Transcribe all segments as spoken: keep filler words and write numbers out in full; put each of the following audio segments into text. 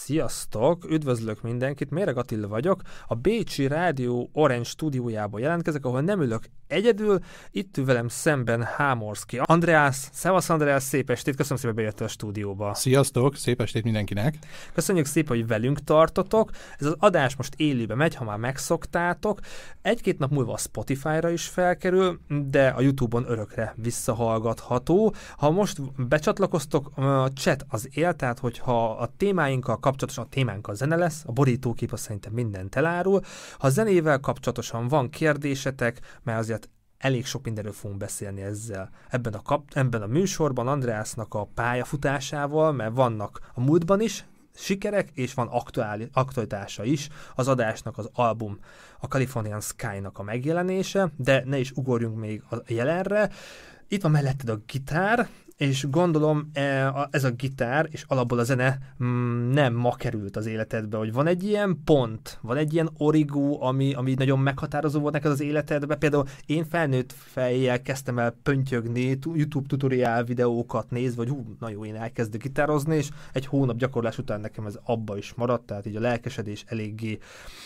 Sziasztok! Üdvözlök mindenkit, Méreg Attila vagyok. A Bécsi Rádió Orange stúdiójába jelentkezek, ahol nem ülök egyedül. Itt ül velem szemben Hámorszki Andreas. Szevasz Andreas, szép estét, köszönöm szépen, hogy bejöttél a stúdióba. Sziasztok, szép estét mindenkinek. Köszönjük szépen, hogy velünk tartotok. Ez az adás most élőben megy, ha már megszoktátok. Egy-két nap múlva a Spotify-ra is felkerül, de a YouTube-on örökre visszahallgatható. Ha most becsatlakoztok, a chat az él, tehát hogyha a témáinkkal kapcsolatosan, a témánk a zene lesz, a borítókép az szerintem mindent elárul. Ha zenével kapcsolatosan van kérdésetek, mert azért elég sok mindenről fogunk beszélni ezzel. Ebben a, kap, ebben a műsorban Andreasnak a pályafutásával, mert vannak a múltban is sikerek, és van aktuális, aktualitása is az adásnak, az album, a Californian Sky-nak a megjelenése, de ne is ugorjunk még a jelenre. Itt van melletted a gitár, és gondolom ez a gitár, és alapból a zene nem ma került az életedbe, hogy van egy ilyen pont, van egy ilyen origó, ami, ami nagyon meghatározó volt neked az életedbe. Például én felnőtt fejjel kezdtem el pöntjögni, YouTube tutoriál videókat nézve, hogy hú, na jó, én elkezdek gitározni, és egy hónap gyakorlás után nekem ez abba is maradt, tehát így a lelkesedés eléggé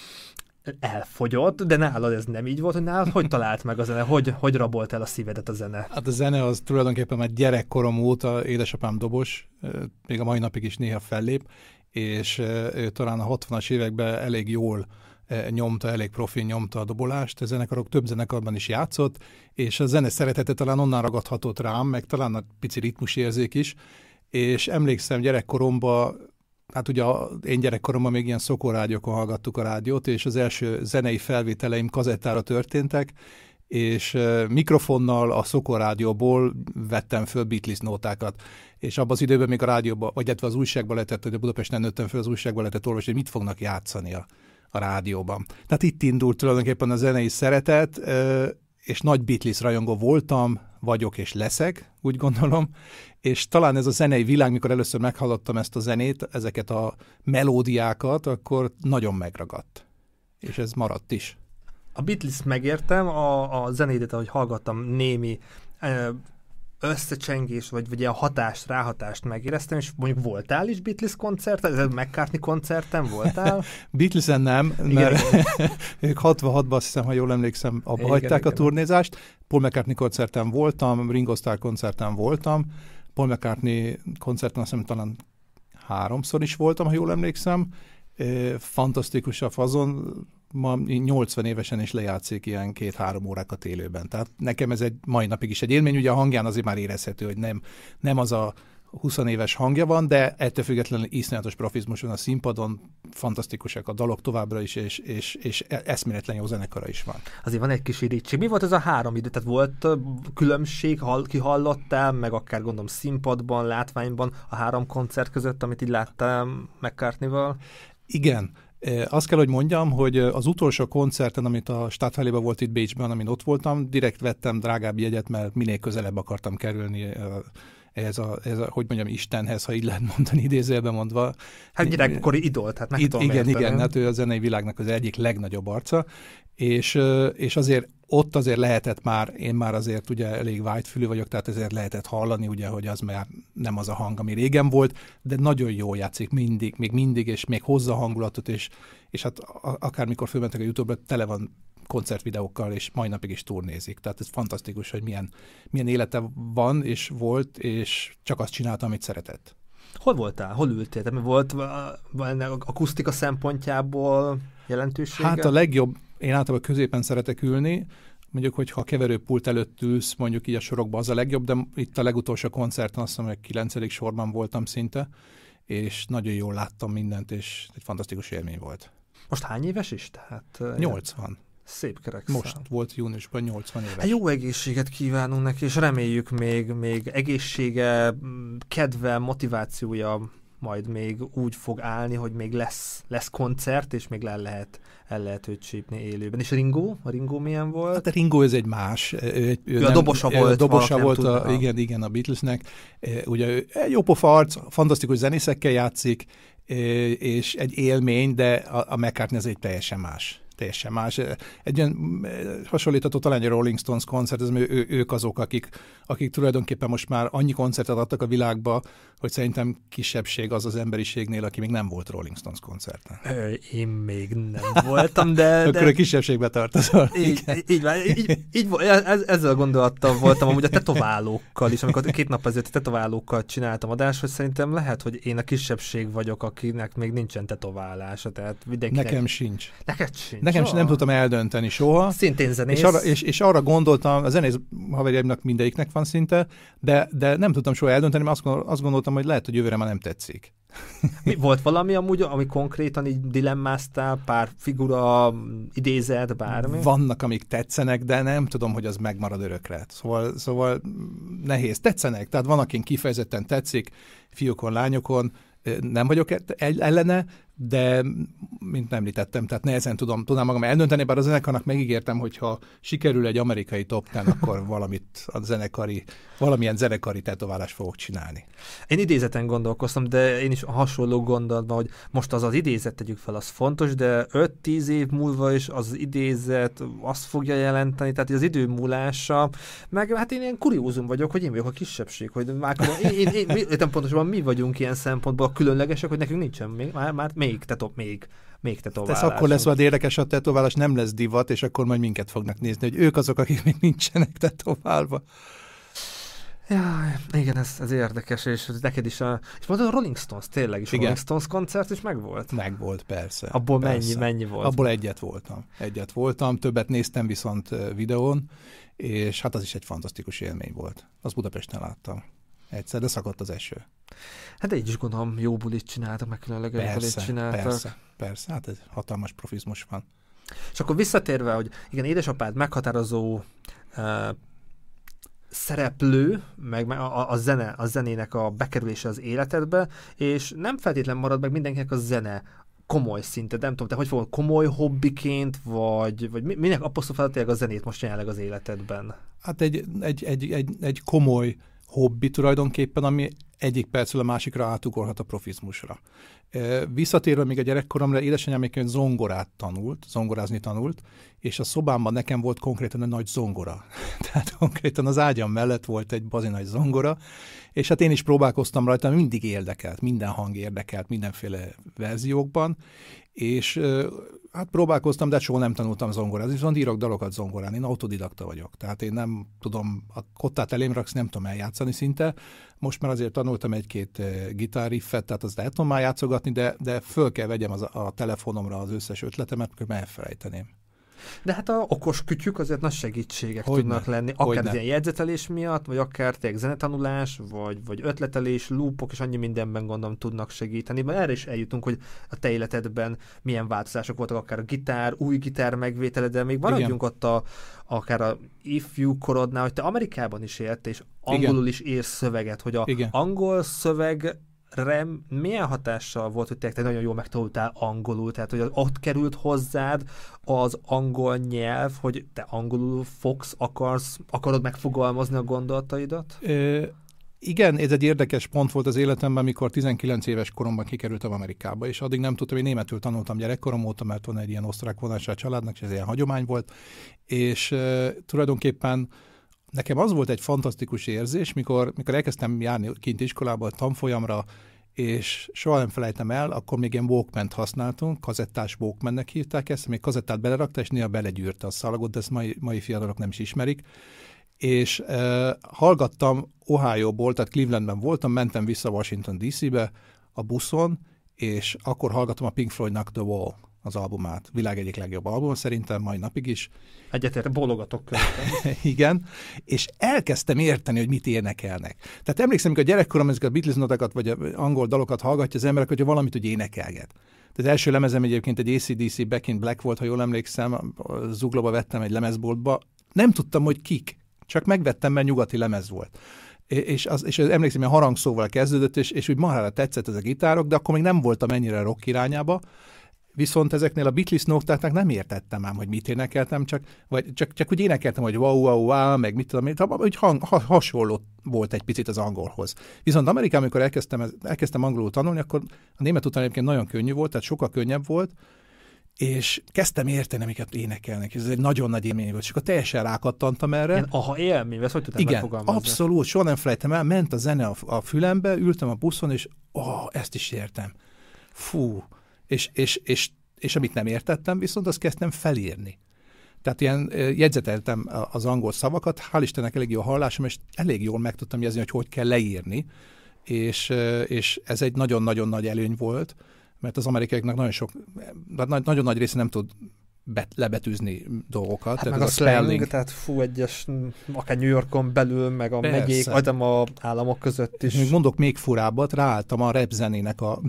elfogyott, de nálad ez nem így volt, hogy nálad hogy talált meg a zene, hogy, hogy rabolt el a szívedet a zene? Hát a zene az tulajdonképpen már gyerekkorom óta, édesapám dobos, még a mai napig is néha fellép, és ő talán a hatvanas években elég jól nyomta, elég profi nyomta a dobolást, a zenekarok több zenekarban is játszott, és a zene szeretete talán onnan ragadhatott rám, meg talán a pici ritmusérzék is, és emlékszem gyerekkoromban, hát ugye én gyerekkoromban még ilyen szokorrádiókon hallgattuk a rádiót, és az első zenei felvételeim kazettára történtek, és mikrofonnal a szokorrádióból vettem föl Beatles nótákat. És abban az időben még a rádióban, vagy az újságban lehetett, hogy a Budapesten nőttem föl, az újságban lehetett olvasni, hogy mit fognak játszani a, a rádióban. Tehát itt indult tulajdonképpen a zenei szeretet, és nagy Beatles rajongó voltam, vagyok és leszek, úgy gondolom, és talán ez a zenei világ, mikor először meghallottam ezt a zenét, ezeket a melódiákat, akkor nagyon megragadt. És ez maradt is. A Beatles megértem, a, a zenédet, ahogy hallgattam, némi összecsengés, vagy, vagy ilyen hatást, ráhatást megéreztem, és mondjuk voltál is Beatles koncerten? McCartney koncerten voltál? Beatlesen nem, mert ők hatvanhatban, azt hiszem, ha jól emlékszem, abba igen, hagyták igen. a turnézást. Paul McCartney koncerten voltam, Ringo Starr koncerten voltam, Paul McCartney koncerten azt hiszem talán háromszor is voltam, ha jól emlékszem. Fantasztikus a fazon, ma nyolcvan évesen is lejátszik ilyen két-három órákat élőben. Tehát nekem ez egy mai napig is egy élmény, ugye a hangján azért már érezhető, hogy nem, nem az a húsz éves hangja van, de ettől függetlenül iszonyatos profizmus van a színpadon, fantasztikusak a dalok továbbra is, és, és, és eszméletlen jó zenekara is van. Azért van egy kis irítség. Mi volt ez a három idő? Tehát volt különbség, hall, ki hallottál, meg akár gondolom színpadban, látványban a három koncert között, amit így láttál McCartney-val? Igen. Azt kell, hogy mondjam, hogy az utolsó koncerten, amit a Stadthalle-ben volt itt Bécsben, amin ott voltam, direkt vettem drágább jegyet, mert minél közelebb akartam kerülni ehhez a, ehhez a, hogy mondjam, Istenhez, ha így lehet mondani, idézőjelben mondva. Hát gyerekkori idol, tehát meg tudom Igen, érteni. igen, hát ő a zenei világnak az egyik legnagyobb arca, és, és azért ott azért lehetett már, én már azért ugye elég vágyfülű vagyok, tehát ezért lehetett hallani, ugye, hogy az már nem az a hang, ami régen volt, de nagyon jól játszik mindig, még mindig, és még hozza a hangulatot, és, és hát akármikor fölmentek a YouTube-ra, tele van koncertvideókkal, és mai napig is turnézik. Tehát ez fantasztikus, hogy milyen, milyen élete van, és volt, és csak azt csinálta, amit szeretett. Hol voltál? Hol ültél? Tehát volt akusztika szempontjából jelentősége? Hát a legjobb, én általában középen szeretek ülni, mondjuk, hogy ha keverőpult előtt ülsz, mondjuk így a sorokban, az a legjobb, de itt a legutolsó koncerten azt hiszem, hogy kilencedik sorban voltam szinte, és nagyon jól láttam mindent, és egy fantasztikus élmény volt. Most hány éves is? Tehát, nyolcvan. Szép kerek szám. Most volt júniusban nyolcvan éves. Hát jó egészséget kívánunk neki, és reméljük még, még egészsége, kedve, motivációja majd még úgy fog állni, hogy még lesz, lesz koncert, és még el lehet, el lehet őt csípni élőben. És Ringo? A Ringo milyen volt? Hát a Ringo ez egy más. Ő, ő, ő nem, a dobosa volt. A dobosa volt, a, igen, igen, a Beatlesnek. Ugye ő egy jó pofa arc, fantasztikus zenészekkel játszik, és egy élmény, de a, a McCartney ez egy teljesen más. teljesen más. Egy olyan hasonlítható talán egy Rolling Stones koncert, ez, ő, ők azok, akik, akik tulajdonképpen most már annyi koncertet adtak a világba, hogy szerintem kisebbség az az emberiségnél, aki még nem volt Rolling Stones koncerten. Ö, én még nem voltam, de... Akkor de... a kisebbségbe tartozol. Így, így, így, így, így ez, ezzel a gondolattal voltam amúgy a tetoválókkal is, amikor két nap ezelőtt tetoválókkal csináltam adást, hogy szerintem lehet, hogy én a kisebbség vagyok, akinek még nincsen tetoválása, tehát mindenkinek... Nekem sincs. Neked sincs. Nekem sem nem tudtam eldönteni soha. Szintén zenész. És arra, és, és arra gondoltam, a zenész haverjaimnak mindegyiknek van szinte, de, de nem tudtam soha eldönteni, mert azt, azt gondoltam, hogy lehet, hogy jövőre már nem tetszik. Mi, volt valami amúgy, ami konkrétan így dilemmáztál, pár figura, idézet, bármi? Vannak, amik tetszenek, de nem tudom, hogy az megmarad örökre. Szóval, szóval nehéz. Tetszenek, tehát van, akin kifejezetten tetszik, fiúkon, lányokon, nem vagyok ellene, de mint említettem, tehát nehezen tudom, tudnám magam eldönteni, bár a zenekarnak megígértem, hogyha sikerül egy amerikai top ten, akkor valamit a zenekari, valamilyen zenekari tetoválást fogok csinálni. Én idézeten gondolkoztam, de én is hasonló gondolatban, hogy most az az idézet tegyük fel, az fontos, de öt-tíz év múlva is az idézet azt fogja jelenteni, tehát az idő múlása, meg hát én ilyen kuriózum vagyok, hogy én vagyok a kisebbség, hogy már én, én, én, én, én pontosan mi vagyunk ilyen szempontból különlegesek, hogy nekünk nincsen még, már, már még, tetop, még, még tetoválás. Ez akkor lesz majd érdekes, a tetoválás nem lesz divat, és akkor majd minket fognak nézni, hogy ők azok, akik még nincsenek tetoválva. Jaj, igen, ez, ez érdekes, és neked is a... És mondod, a Rolling Stones, tényleg is, a Rolling Stones koncert is megvolt? Megvolt, persze. Abból persze. mennyi, mennyi volt? Abból egyet voltam. Egyet voltam, többet néztem viszont videón, és hát az is egy fantasztikus élmény volt. Azt Budapesten láttam. Egyszer, de szakadt az eső. Hát így is gondolom, jó bulit csináltak, meg különleges bulit csináltak. Persze, persze, hát egy hatalmas profizmus van. És akkor visszatérve, hogy igen, édesapád meghatározó uh, szereplő, meg a, a, zene, a zenének a bekerülése az életedbe, és nem feltétlenül marad meg mindenkinek a zene komoly szinten, nem tudom, te hogy fogod, komoly hobbiként, vagy, vagy minek apostrofálod a zenét most jelenleg az életedben? Hát egy, egy, egy, egy, egy komoly hobbi tulajdonképpen, ami egyik percről a másikra átugorhat a profizmusra. Visszatérve még a gyerekkoromra, édesanyám még zongorát tanult, zongorázni tanult, és a szobámban nekem volt konkrétan egy nagy zongora. Tehát konkrétan az ágyam mellett volt egy bazi nagy zongora, és hát én is próbálkoztam rajta, mindig érdekelt, minden hang érdekelt, mindenféle verziókban, és hát próbálkoztam, de soha nem tanultam zongorázni, viszont írok dalokat zongorán, én autodidakta vagyok, tehát én nem tudom, a kottát elém raksz, nem tudom eljátszani szinte, most már azért tanultam egy-két gitárriffet, tehát azt el tudom már játszogatni, de, de föl kell vegyem az, a telefonomra az összes ötletemet, akkor elfelejteném. De hát a okos kütyük azért nagy segítségek Hogyne, tudnak lenni, akár hogyne. az ilyen jegyzetelés miatt, vagy akár tényleg zenetanulás, vagy, vagy ötletelés, loopok, és annyi mindenben gondolom tudnak segíteni. Mert erre is eljutunk, hogy a te életedben milyen változások voltak, akár a gitár, új gitár megvétele, de még maradjunk ott a, akár a ifjú korodnál, hogy te Amerikában is éltél, és angolul Igen. is írsz szöveget, hogy a Igen. angol szöveg Rem, milyen hatással volt, hogy te nagyon jól megtanultál angolul, tehát hogy ott került hozzád az angol nyelv, hogy te angolul fogsz, akarsz, akarod megfogalmazni a gondolataidat? Ö, igen, ez egy érdekes pont volt az életemben, amikor tizenkilenc éves koromban kikerültem Amerikába, és addig nem tudtam, hogy németül tanultam gyerekkorom óta, mert van egy ilyen osztrák vonású a családnak, és ez ilyen hagyomány volt, és uh, tulajdonképpen nekem az volt egy fantasztikus érzés, mikor, mikor elkezdtem járni kint iskolába, tanfolyamra, és soha nem felejtem el, akkor még ilyen Walkman-t használtunk, kazettás Walkman-nek hívták ezt, még kazettát belerakta, és néha belegyűrte a szalagot, de ezt mai, mai fiatalok nem is ismerik. És uh, hallgattam Ohio-ból, tehát Clevelandben voltam, mentem vissza Washington dé cé-be a buszon, és akkor hallgattam a Pink Floydnak The Wall, az albumát. Világ egyik legjobb album, szerintem mai napig is. Egyetért, bólogatok közben. Igen, és elkezdtem érteni, hogy mit énekelnek. Tehát emlékszem, amikor a gyerekkorom ezeket a Beatles notakat, vagy angol dalokat hallgatja az emberek, hogyha valamit úgy énekelget. Tehát az első lemezem egyébként egy á cé dé cé Back in Black volt, ha jól emlékszem, Zuglóba vettem egy lemezboltba. Nem tudtam, hogy kik, csak megvettem, mert nyugati lemez volt. És, az, és az, emlékszem, hogy a harangszóval kezdődött, és, és úgy marhára tetszett ez a gitárok, de akkor még nem voltam ennyire rock irányába. Viszont ezeknél a Beatles nótáknak nem értettem ám, hogy mit énekeltem, csak, vagy csak, csak úgy énekeltem, hogy wow, wow, wow, meg mit tudom, hogy hang, ha, hasonló volt egy picit az angolhoz. Viszont Amerikában, amikor elkezdtem, elkezdtem angolul tanulni, akkor a német után egyébként nagyon könnyű volt, tehát sokkal könnyebb volt, és kezdtem érteni, amiket énekelnek, és ez egy nagyon nagy élmény volt, és akkor teljesen rákattantam erre. Ilyen aha élmény, ezt hogy tudtam Igen, megfogalmazni? abszolút, soha nem felejtem el, ment a zene a, a fülembe, ültem a buszon, és ó, oh, ezt is értem. Fú, és, és, és, és amit nem értettem, viszont azt kezdtem felírni. Tehát ilyen jegyzeteltem az angol szavakat, hál' Istennek elég jó hallásom, és elég jól meg tudtam jegyezni, hogy hogy kell leírni, és, és ez egy nagyon-nagyon nagy előny volt, mert az amerikaiaknak nagyon sok, nagyon nagy része nem tud bet, lebetűzni dolgokat. Hát tehát meg a slang, spelling. Tehát fú, egyes, akár New Yorkon belül, meg a Persze. megyék, adom a államok között is. Még mondok még furábbat, ráálltam a rap zenének a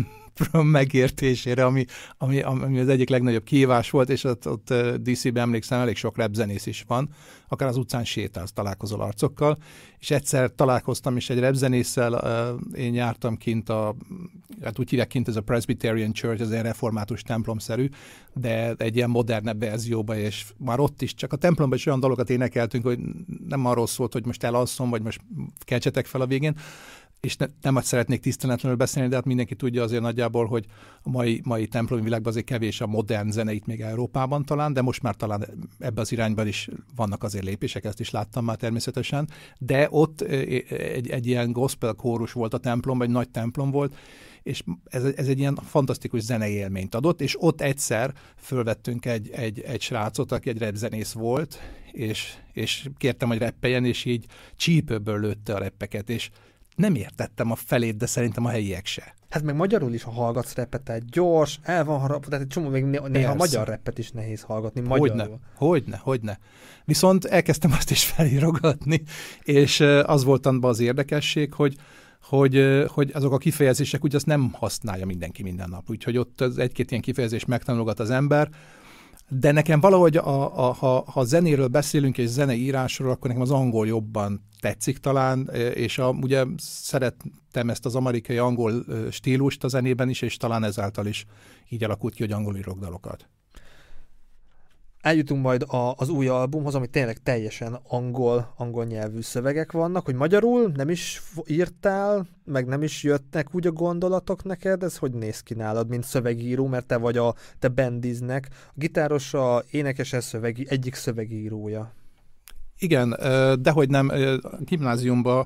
megértésére, ami, ami, ami az egyik legnagyobb kihívás volt, és ott, ott dé cé-ben emlékszem, elég sok rap zenész is van, akár az utcán sétálsz, találkozol arcokkal, és egyszer találkoztam is egy rap zenésszel, én jártam kint a, hát úgy hívják kint ez a Presbyterian Church, ez egy református templomszerű, de egy ilyen modernebb verzióban, és már ott is, csak a templomban is olyan dalokat énekeltünk, hogy nem arról szólt, hogy most elalszom, vagy most keltsetek fel a végén, és ne, nem szeretnék tiszteletlenül beszélni, de hát mindenki tudja azért nagyjából, hogy a mai, mai templomi világban azért kevés a modern zene itt még Európában talán, de most már talán ebbe az irányban is vannak azért lépések, ezt is láttam már természetesen, de ott egy, egy ilyen gospel kórus volt a templomban, egy nagy templom volt, és ez, ez egy ilyen fantasztikus zenei élményt adott, és ott egyszer fölvettünk egy, egy, egy srácot, aki egy rapzenész volt, és, és kértem, hogy rappeljen, és így csípőből lőtte a rappeket, és nem értettem a felét, de szerintem a helyiek se. Hát meg magyarul is, ha hallgatsz rappet, tehát gyors, el van harapva, tehát egy csomó, még néha magyar rappet is nehéz hallgatni magyarul. Hogyne, hogyne, hogyne. Viszont elkezdtem azt is felírogatni, és az volt abban az érdekesség, hogy Hogy, hogy azok a kifejezések, úgy azt nem használja mindenki minden nap. Úgyhogy ott az egy-két ilyen kifejezést megtanulgat az ember, de nekem valahogy, a, a, ha, ha zenéről beszélünk és zeneírásról, akkor nekem az angol jobban tetszik talán, és a, ugye szerettem ezt az amerikai angol stílust a zenében is, és talán ezáltal is így alakult ki, hogy angol írok dalokat. Eljutunk majd a, az új albumhoz, ami tényleg teljesen angol, angol nyelvű szövegek vannak, hogy magyarul nem is írtál, meg nem is jöttek úgy a gondolatok neked, ez hogy néz ki nálad, mint szövegíró, mert te vagy a te Bandiznek, a gitáros, a énekes szövegi, egyik szövegírója. Igen, dehogy nem, a gimnáziumban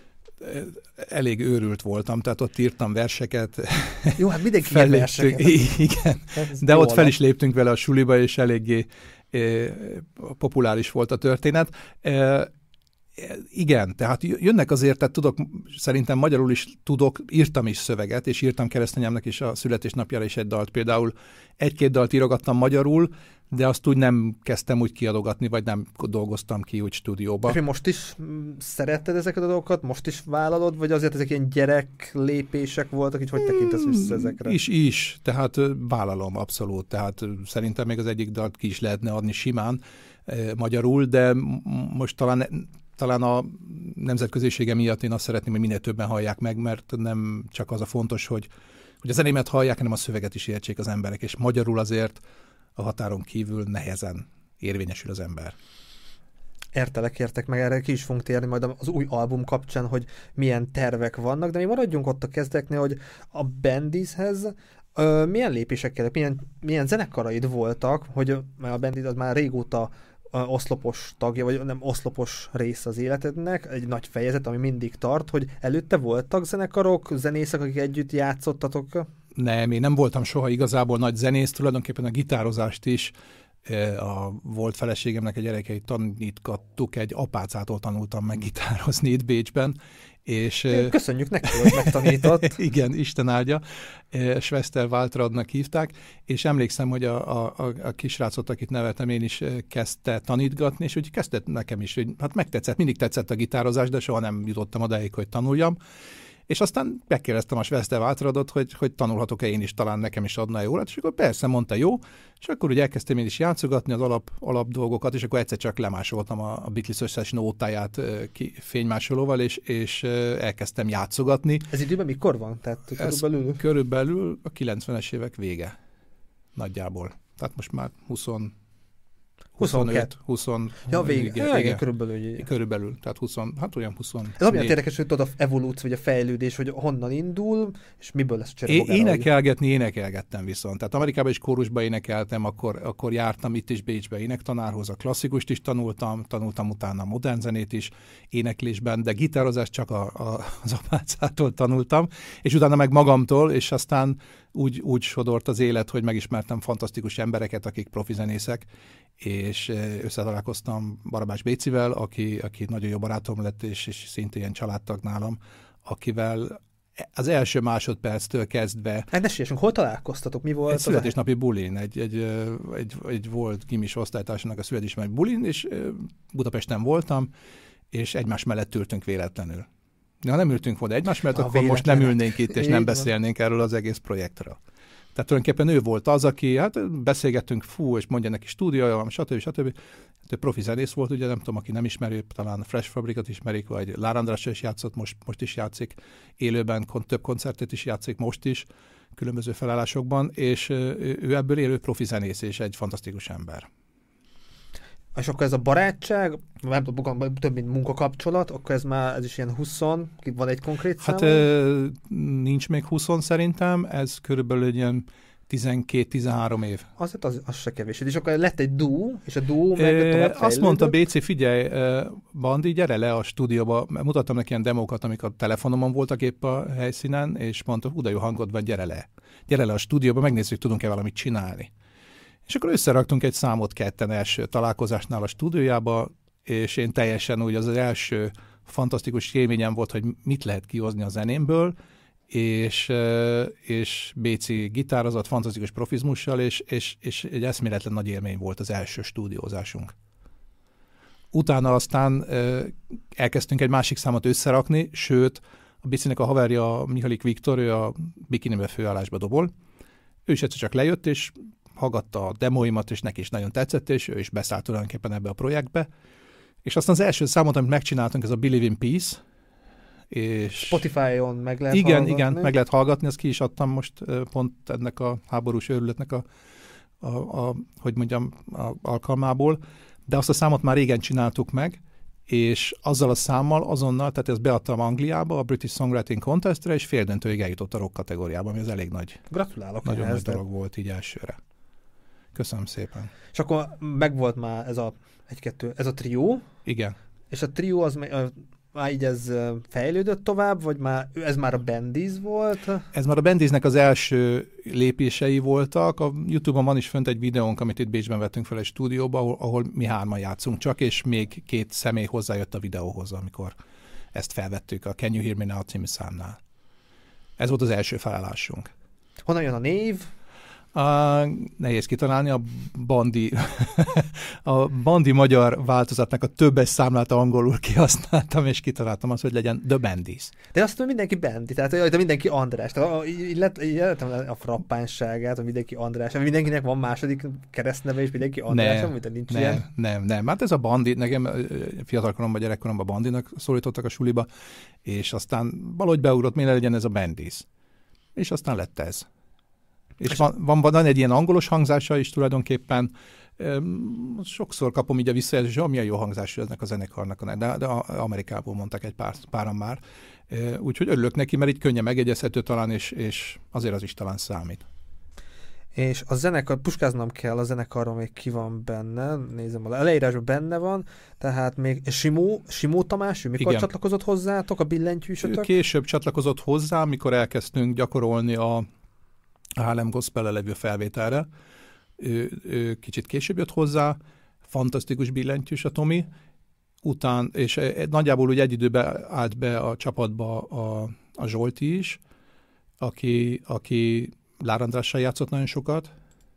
elég őrült voltam, tehát ott írtam verseket. Jó, hát mindenki ír verseket. Igen, de ott fel is léptünk vele a suliba, és eléggé eh, populáris volt a történet. Eh, igen, tehát jönnek azért, tehát tudok, szerintem magyarul is tudok, írtam is szöveget, és írtam keresztanyámnak is a születésnapjára is egy dalt. Például egy-két dalt írogattam magyarul, de azt úgy nem kezdtem úgy kiadogatni, vagy nem dolgoztam ki úgy stúdióba. És most is szeretted ezeket a dolgokat? Most is vállalod? Vagy azért ezek ilyen gyerek lépések voltak, így hogy tekintesz vissza ezekre? Is, is. Tehát vállalom abszolút. Tehát szerintem még az egyik dalt ki is lehetne adni simán eh, magyarul, de most talán talán a nemzetközössége miatt én azt szeretném, hogy minél többen hallják meg, mert nem csak az a fontos, hogy, hogy a zenémet hallják, hanem a szöveget is értsék az emberek, és magyarul azért a határon kívül nehezen érvényesül az ember. Értelek, értek meg, erre ki is fogunk térni majd az új album kapcsán, hogy milyen tervek vannak, de mi maradjunk ott a kezdeknél, hogy a Bandizhez ö, milyen lépésekkel, milyen, milyen zenekaraid voltak, hogy a Bandiz az már régóta oszlopos tagja, vagy nem oszlopos rész az életednek, egy nagy fejezet, ami mindig tart, hogy előtte voltak zenekarok, zenészek, akik együtt játszottatok? Nem, én nem voltam soha igazából nagy zenész, tulajdonképpen a gitározást is a volt feleségemnek egy gyerekeit tanítgattuk, egy apácától tanultam meg gitározni itt Bécsben. És, köszönjük neki, hogy megtanított. Igen, Isten áldja. Schwester Waltradnak hívták, és emlékszem, hogy a, a, a kisrácot, akit neveltem, én is kezdte tanítgatni, és úgy kezdett nekem is, hogy hát megtetszett, mindig tetszett a gitározás, de soha nem jutottam odáig, hogy tanuljam. És aztán megkérdeztem a Schwester Waltradot, hogy, hogy tanulhatok-e én is, talán nekem is adna jó, és akkor persze mondta jó, és akkor ugye elkezdtem én is játszogatni az alap, alap dolgokat, és akkor egyszer csak lemásoltam a, a Beatles összes nótáját ki, fénymásolóval, és, és elkezdtem játszogatni. Ez időben mikor van? Tehát körülbelül? Körülbelül a kilencvenes évek vége nagyjából. Tehát most már húsz huszonöt, húsz. Ja, végig, igen, igen, igen, körülbelül. Igen. Körülbelül, tehát húsz, hát olyan húsz. Ez amiatt érdekes, hogy tudod, a evolúció, vagy a fejlődés, hogy honnan indul, és miből lesz a cserebogár. Énekelgetni, énekelgettem viszont. Tehát Amerikában is kórusba énekeltem, akkor, akkor jártam itt is Bécsbe énektanárhoz, a klasszikust is tanultam, tanultam utána a modern zenét is éneklésben, de gitározást csak a, a, az apácától tanultam, és utána meg magamtól, és aztán úgy, úgy sodort az élet, hogy megismertem fantasztikus embereket, akik profi zenészek, és összetalálkoztam Barabás Bécivel, aki, aki nagyon jó barátom lett, és, és szintén ilyen családtag nálam, akivel az első másodperctől kezdve... Hát ne siessünk, hol találkoztatok? Mi volt? Egy születésnapi bulin, egy, egy, egy, egy volt gimis osztálytársának a születésnapi bulin, és Budapesten voltam, és egymás mellett ültünk véletlenül. Ha nem ültünk volna egymás mellett, a akkor most nem ülnénk itt, és nem beszélnénk erről az egész projektről. Tehát tulajdonképpen ő volt az, aki, hát beszélgettünk, fú, és mondja neki stúdiója van, stb. stb. Hát ő profi zenész volt, ugye nem tudom, aki nem ismeri, talán a Fresh Fabricot ismerik, vagy Lár Andrással is játszott, most, most is játszik, élőben több koncertet is játszik most is, különböző felállásokban, és ő ebből élő profi zenész, és egy fantasztikus ember. És akkor ez a barátság, nem tudom, több mint munkakapcsolat, akkor ez már ez is ilyen húsz, van egy konkrét szám? Hát ö, nincs még húsz szerintem, ez körülbelül ilyen tizenkét-tizenhárom év. Az, az, az se kevés. És akkor lett egy duó, és a duó meg tovább fejlődött. Azt mondta bé cé, figyelj, Bandi, gyere le a stúdióba. Mutattam neki ilyen demókat, amik a telefonomon voltak épp a helyszínen, és mondta, hú, de jó hangod van, gyere le. Gyere le a stúdióba, megnézzük, tudunk-e valamit csinálni. És akkor összeraktunk egy számot ketten első találkozásnál a stúdiójába, és én teljesen úgy az, az első fantasztikus élményem volt, hogy mit lehet kihozni a zenémből, és, és bé cé gitározott fantasztikus profizmussal, és, és, és egy eszméletlen nagy élmény volt az első stúdiózásunk. Utána aztán elkezdtünk egy másik számot összerakni, sőt, a bé cének a haverja Mihalik Viktor, ő a Bikinibe főállásba dobol. Ő is egyszer csak lejött, és hallgatta a demóimat, és neki is nagyon tetszett, és ő is beszállt tulajdonképpen ebbe a projektbe. És aztán az első számot, amit megcsináltunk, ez a Believe in Peace. És Spotify-on meg lehet igen, hallgatni. Igen, meg lehet hallgatni, ezt ki is adtam most pont ennek a háborús őrületnek a, a, a hogy mondjam, a alkalmából. De azt a számot már régen csináltuk meg, és azzal a számmal azonnal, tehát ezt beadtam Angliába, a British Songwriting Contestre, és féldöntőig eljutott a rock kategóriában, ami az elég nagy. Gratulálok. Nagyon ehhez, nagy de... dolog volt így elsőre. Köszönöm szépen. És akkor megvolt már ez a egy-kettő, ez a trió. Igen. És a trió az már így ez fejlődött tovább, vagy már ez már a Bendies volt? Ez már a Bendiesnek az első lépései voltak. A YouTube-on van is fönt egy videónk, amit itt Bécsben vettünk fel egy stúdióba, ahol, ahol mi hárman játszunk csak, és még két személy hozzájött a videóhoz, amikor ezt felvettük a Can You Hear Me Now című számnál. Ez volt az első felállásunk. Honnan jön a név? A, nehéz kitalálni, a Bandi, a Bandi magyar változatnak a többes számlát angolul kihasználtam, és kitaláltam azt, hogy legyen The Bendies. De azt mondom, mindenki Bandi, tehát de mindenki András. Tehát így lettem a frappánságát, hogy mindenki András. Mindenkinek van második keresztneve, és mindenki András, nem, amit nincs nem, ilyen. Nem, nem. Hát ez a Bandi, nekem fiatalkoromban, gyerekkoromban Bandinak szólítottak a suliba, és aztán valahogy beugrott, miért legyen ez a Bendies. És aztán lett ez. És van, van, van egy ilyen angolos hangzása is tulajdonképpen. Sokszor kapom így a visszajelzést, hogy milyen jó hangzású eznek a zenekarnak, de, de Amerikából mondtak egy pár, páran már. Úgyhogy örülök neki, mert így könnyen megegyezhető talán, és, és azért az is talán számít. És a zenekar, puskáznom kell a zenekarról, még ki van benne, nézem, a leírásban benne van, tehát még Simó, Simó Tamás, ő mikor Igen. csatlakozott hozzátok, a billentyűsötök? Később csatlakozott hozzá, mikor elkezdtünk gyakorolni a a Harlem Gospel-le levő felvételre. Ő, ő kicsit később jött hozzá, fantasztikus billentyűs a Tomi, után, és nagyjából úgy egy időben állt be a csapatba a, a Zsolti is, aki, aki Lár Andrással játszott nagyon sokat,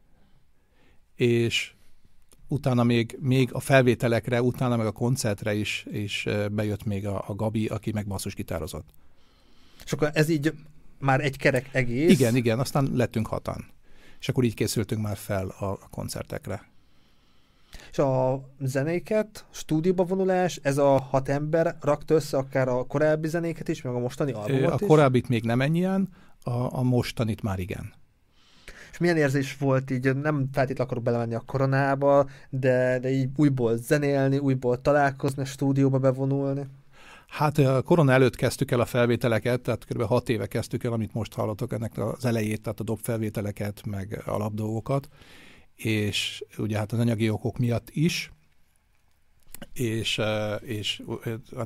és utána még, még a felvételekre, utána meg a koncertre is, is bejött még a, a Gabi, aki meg basszusgitározott. És akkor ez így már egy kerek egész. Igen, igen, aztán lettünk hatan. És akkor így készültünk már fel a, a koncertekre. És a zenéket, stúdióba vonulás, ez a hat ember rakta össze akár a korábbi zenéket is, meg a mostani albumot A is? korábbit még nem ennyien, a, a mostanit már igen. És milyen érzés volt így, nem feltétlenül akarok belemenni a koronába, de, de így újból zenélni, újból találkozni, a stúdióba bevonulni? Hát a korona előtt kezdtük el a felvételeket, tehát kb. hat éve kezdtük el, amit most hallottok, ennek az elejét, tehát a dobfelvételeket, meg alapdolgokat, és ugye hát az anyagi okok miatt is, és, és hát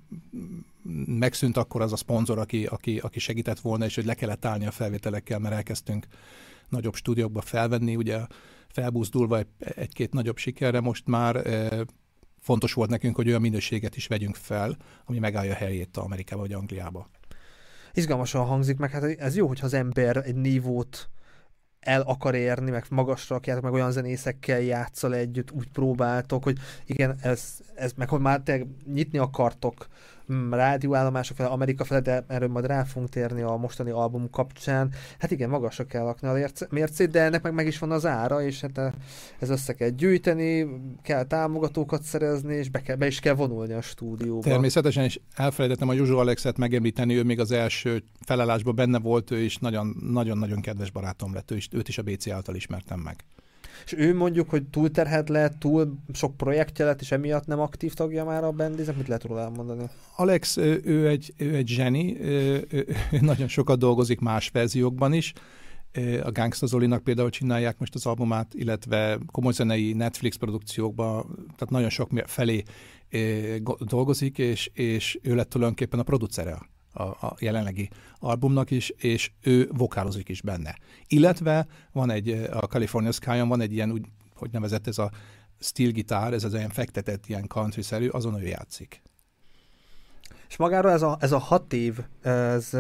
megszűnt akkor az a szponzor, aki, aki, aki segített volna, és hogy le kellett állni a felvételekkel, mert elkezdtünk nagyobb stúdiókba felvenni, ugye felbuzdulva egy, egy-két nagyobb sikerre, most már fontos volt nekünk, hogy olyan minőséget is vegyünk fel, ami megállja a helyét Amerikába vagy Angliába. Izgalmasan hangzik, meg hát ez jó, hogyha az ember egy nívót el akar érni, meg magasra akárjátok, meg olyan zenészekkel játszol együtt, úgy próbáltok, hogy igen, ez, ez meg hogy már te nyitni akartok rádióállomások fel, Amerika fel, de erről majd rá fogunk térni a mostani album kapcsán. Hát igen, magasra kell lakni a mércét, de ennek meg, meg is van az ára, és hát ez össze kell gyűjteni, kell támogatókat szerezni, és be, kell, be is kell vonulni a stúdióba. Természetesen, és elfelejtettem a Zsuzsó Alexet megemlíteni, ő még az első felállásban benne volt, ő is nagyon-nagyon kedves barátom lett, ő is, őt is a bé cé által ismertem meg. És ő mondjuk, hogy túlterhelt lett, túl sok projektje lett, és emiatt nem aktív tagja már a bandiznek, mit lehet róla elmondani? Alex, ő egy, ő egy zseni, ő, ő, ő nagyon sokat dolgozik más verziókban is. A Gangsta Zolinak például csinálják most az albumát, illetve komoly zenei Netflix produkciókban, tehát nagyon sok felé dolgozik, és, és ő lett tulajdonképpen a producere a, a jelenlegi albumnak is, és ő vokálozik is benne. Illetve van egy, a California Sky-on van egy ilyen, úgy, hogy nevezett ez a steel gitár, ez az olyan fektetett, ilyen country-szerű, azon ő játszik. És magára ez a, ez a hat év, ez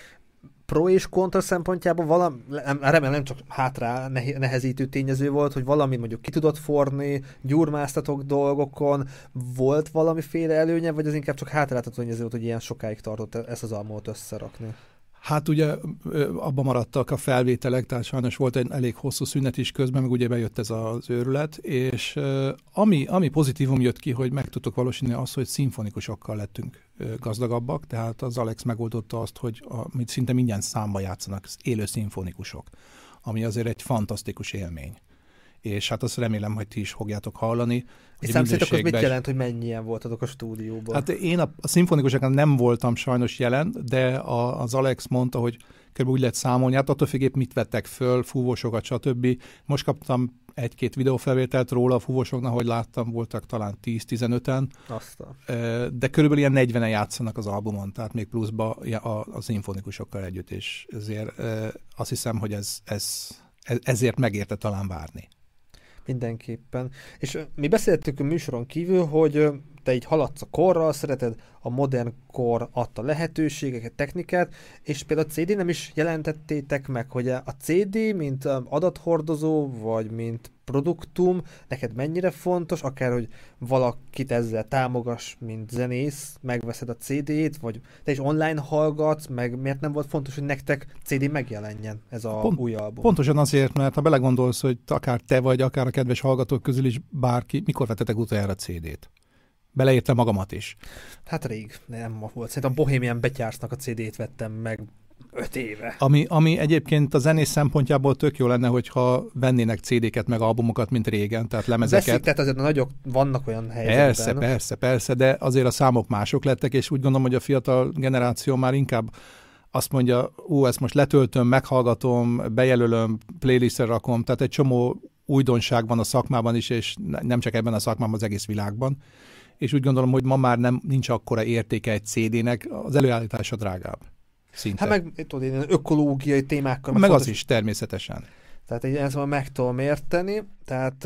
pro és kontra szempontjából valami, remélem nem csak hátrá nehezítő tényező volt, hogy valami mondjuk ki tudott forni, gyurmáztatok dolgokon, volt valamiféle előnye, vagy az inkább csak hátráltató tényező volt, hogy ilyen sokáig tartott ezt az albumot összerakni? Hát ugye abban maradtak a felvételek, tehát sajnos volt egy elég hosszú szünet is közben, meg ugye bejött ez az őrület, és ami, ami pozitívum jött ki, hogy meg tudtok valósítani azt, hogy szimfonikusokkal lettünk gazdagabbak, tehát az Alex megoldotta azt, hogy a, szinte minden számba játszanak élő szimfonikusok, ami azért egy fantasztikus élmény. És hát azt remélem, hogy ti is fogjátok hallani. És számszerűleg az mit jelent, hogy mennyien voltatok a stúdióban? Hát én a, a szimfonikusokon nem voltam sajnos jelen, de a, az Alex mondta, hogy kb. Úgy lehet számolni, hát attól függ, mit vettek föl, fúvósokat, stb. Most kaptam egy-két videófelvételt róla, a fúvósoknál, hogy láttam, voltak talán tíz-tizenöten, Aztán. De körülbelül ilyen negyvenen játszanak az albumon, tehát még pluszba a, a szimfonikusokkal együtt, és ezért azt hiszem, hogy ez, ez, ezért megérte talán várni. Mindenképpen. És mi beszéltük a műsoron kívül, hogy te így haladsz a korral, szereted a modern kor adta lehetőségeket, technikát, és például a cé dé nem is jelentettétek meg, hogy a cé dé, mint adathordozó, vagy mint produktum, neked mennyire fontos, akár, hogy valakit ezzel támogass, mint zenész, megveszed a cé dét, vagy te is online hallgatsz, meg miért nem volt fontos, hogy nektek cé dé megjelenjen ez a Pont, új album? Pontosan azért, mert ha belegondolsz, hogy akár te vagy, akár a kedves hallgatók közül is bárki, mikor vettetek utoljára cé dét? Beleértem magamat is. Hát rég, nem volt. Szerintem a Bohemian Betyársnak a cé dét vettem meg öt éve. Ami, ami egyébként a zenész szempontjából tök jó lenne, hogyha vennének cé déket meg albumokat, mint régen, tehát lemezeket. Veszik, tehát azért nagyok vannak olyan helyzetben. Persze, persze, persze, de azért a számok mások lettek, és úgy gondolom, hogy a fiatal generáció már inkább azt mondja, ú, ezt most letöltöm, meghallgatom, bejelölöm, playlistre rakom, tehát egy csomó újdonság van a szakmában is, és nem csak ebben a szakmában, az egész világban. És úgy gondolom, hogy ma már nem nincs akkora értéke egy cé dének, az előállítása drágább. Szinte. Hát meg tudod, ilyen ökológiai témákkal. Meg fontos, az is természetesen. Tehát egy ezt meg tudom érteni, tehát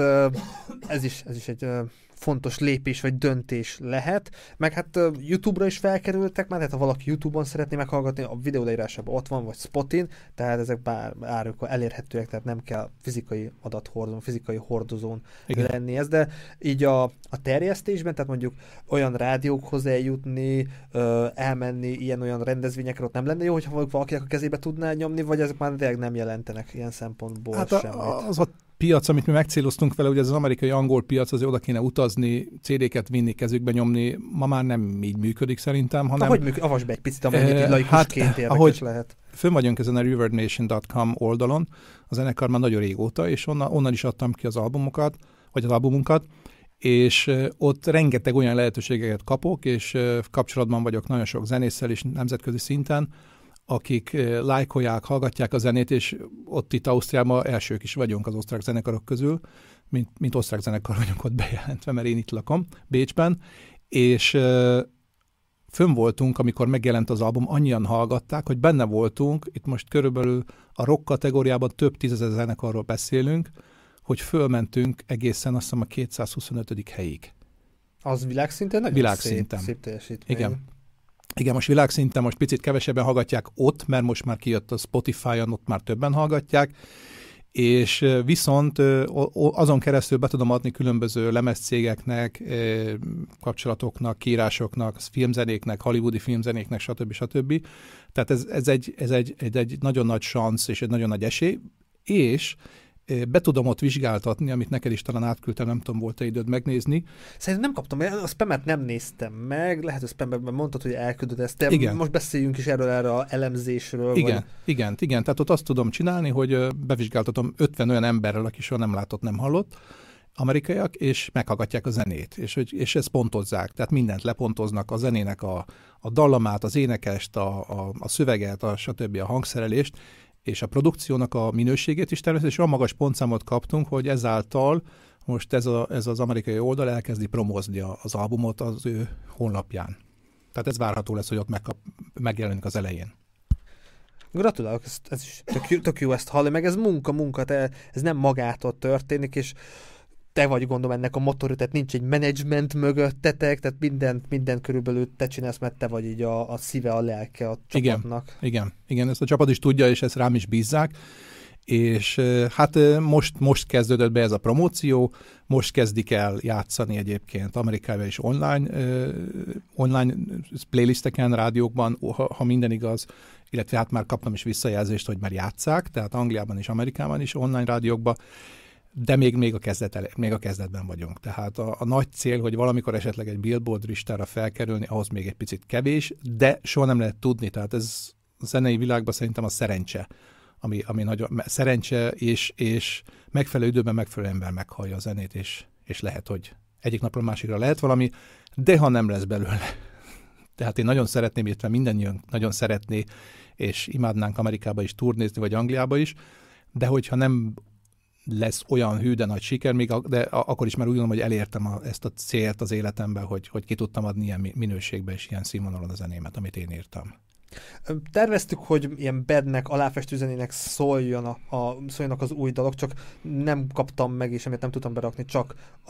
ez is, ez is egy fontos lépés vagy döntés lehet, meg hát uh, YouTube-ra is felkerültek már, tehát ha valaki YouTube-on szeretné meghallgatni, a videó leírásában ott van, vagy Spotin, tehát ezek bár árukon elérhetőek, tehát nem kell fizikai adathordozón, fizikai hordozón Igen. lenni ez, de így a, a terjesztésben, tehát mondjuk olyan rádiókhoz eljutni, uh, elmenni ilyen-olyan rendezvényekre, ott nem lenne jó, hogyha valakinek a kezébe tudná nyomni, vagy ezek már tényleg nem jelentenek ilyen szempontból hát semmit. A, az a piac, amit mi megcéloztunk vele, hogy ez az amerikai-angol piac, azért oda kéne utazni, cé dé-ket vinni, kezükbe nyomni, ma már nem így működik szerintem, hanem... Ahogy működik, avasd be egy picit, amennyit eh, laikusként hát, érdekes ahogy lehet. Fönn vagyunk ezen a reverb nation dot com oldalon, a zenekar már nagyon régóta, és onnan, onnan is adtam ki az albumokat, vagy az albumunkat, és ott rengeteg olyan lehetőségeket kapok, és kapcsolatban vagyok nagyon sok zenésszel is nemzetközi szinten, akik lájkolják, hallgatják a zenét, és ott itt Ausztriában elsők is vagyunk az osztrák zenekarok közül, mint, mint osztrák zenekar vagyunk ott bejelentve, mert én itt lakom, Bécsben, és fönn voltunk, amikor megjelent az album, annyian hallgatták, hogy benne voltunk, itt most körülbelül a rock kategóriában több tízezer zenekarról beszélünk, hogy fölmentünk egészen azt hiszem a kétszázhuszonötödik helyig. Az világszinten nagyon világszinten. szép, szép teljesítmény. Igen. Igen, most világszinten most picit kevesebben hallgatják ott, mert most már kijött a Spotify-on, ott már többen hallgatják, és viszont azon keresztül be tudom adni különböző lemezcégeknek, kapcsolatoknak, kiírásoknak, filmzenéknek, hollywoodi filmzenéknek, stb. stb. Tehát ez, ez, egy, ez egy, egy, egy nagyon nagy szansz és egy nagyon nagy esély, és be tudom ott vizsgáltatni, amit neked is talán átküldtem, nem tudom, volt-e időd megnézni. Szerintem nem kaptam, a spamet nem néztem meg, lehet, hogy spamben mondtad, hogy elküldöd ezt, de igen. Most beszéljünk is erről, erről a elemzésről. Igen, vagy... igen, igen, tehát ott azt tudom csinálni, hogy bevizsgáltatom ötven olyan emberrel, aki soha nem látott, nem hallott, amerikaiak, és meghallgatják a zenét, és, és ezt pontozzák, tehát mindent lepontoznak, a zenének a, a dallamát, az énekest, a, a, a szöveget, a stb. A hangszerelést, és a produkciónak a minőségét is természetesen olyan magas pontszámot kaptunk, hogy ezáltal most ez, a, ez az amerikai oldal elkezdi promózni az albumot az ő honlapján. Tehát ez várható lesz, hogy ott megkap, megjelenik az elején. Gratulálok, ez, ez is tök, tök jó ezt hallani, meg ez munka, munka, te, ez nem magától történik, és te vagy gondolom ennek a motorja, tehát nincs egy menedzsment mögöttetek, tehát mindent, mindent körülbelül te csinálsz, mert te vagy így a, a szíve, a lelke a csapatnak. Igen, igen, igen, ezt a csapat is tudja, és ezt rám is bízzák, és hát most, most kezdődött be ez a promóció, most kezdik el játszani egyébként Amerikában is online, online playlisteken, rádiókban, ha, ha minden igaz, illetve hát már kaptam is visszajelzést, hogy már játsszák, tehát Angliában és Amerikában is online rádiókban, de még, még, a kezdet, még a kezdetben vagyunk. Tehát a, a nagy cél, hogy valamikor esetleg egy Billboard listára felkerülni, ahhoz még egy picit kevés, de soha nem lehet tudni. Tehát ez a zenei világban szerintem a szerencse, ami, ami nagyon szerencse, és, és megfelelő időben megfelelő ember meghallja a zenét, és, és lehet, hogy egyik napról másikra lehet valami, de ha nem lesz belőle. Tehát én nagyon szeretném, illetve mindannyian nagyon szeretné, és imádnánk Amerikába is turnézni, vagy Angliába is, de hogyha nem lesz olyan hű, de nagy siker, még a, de a, akkor is már úgy gondolom, hogy elértem a, ezt a célt az életemben, hogy, hogy ki tudtam adni ilyen minőségben és ilyen színvonalon a zenémet, amit én írtam. Terveztük, hogy ilyen bednek, aláfestő zenének szóljon a, a, szóljanak az új dalok, csak nem kaptam meg, és amit nem tudtam berakni, csak a,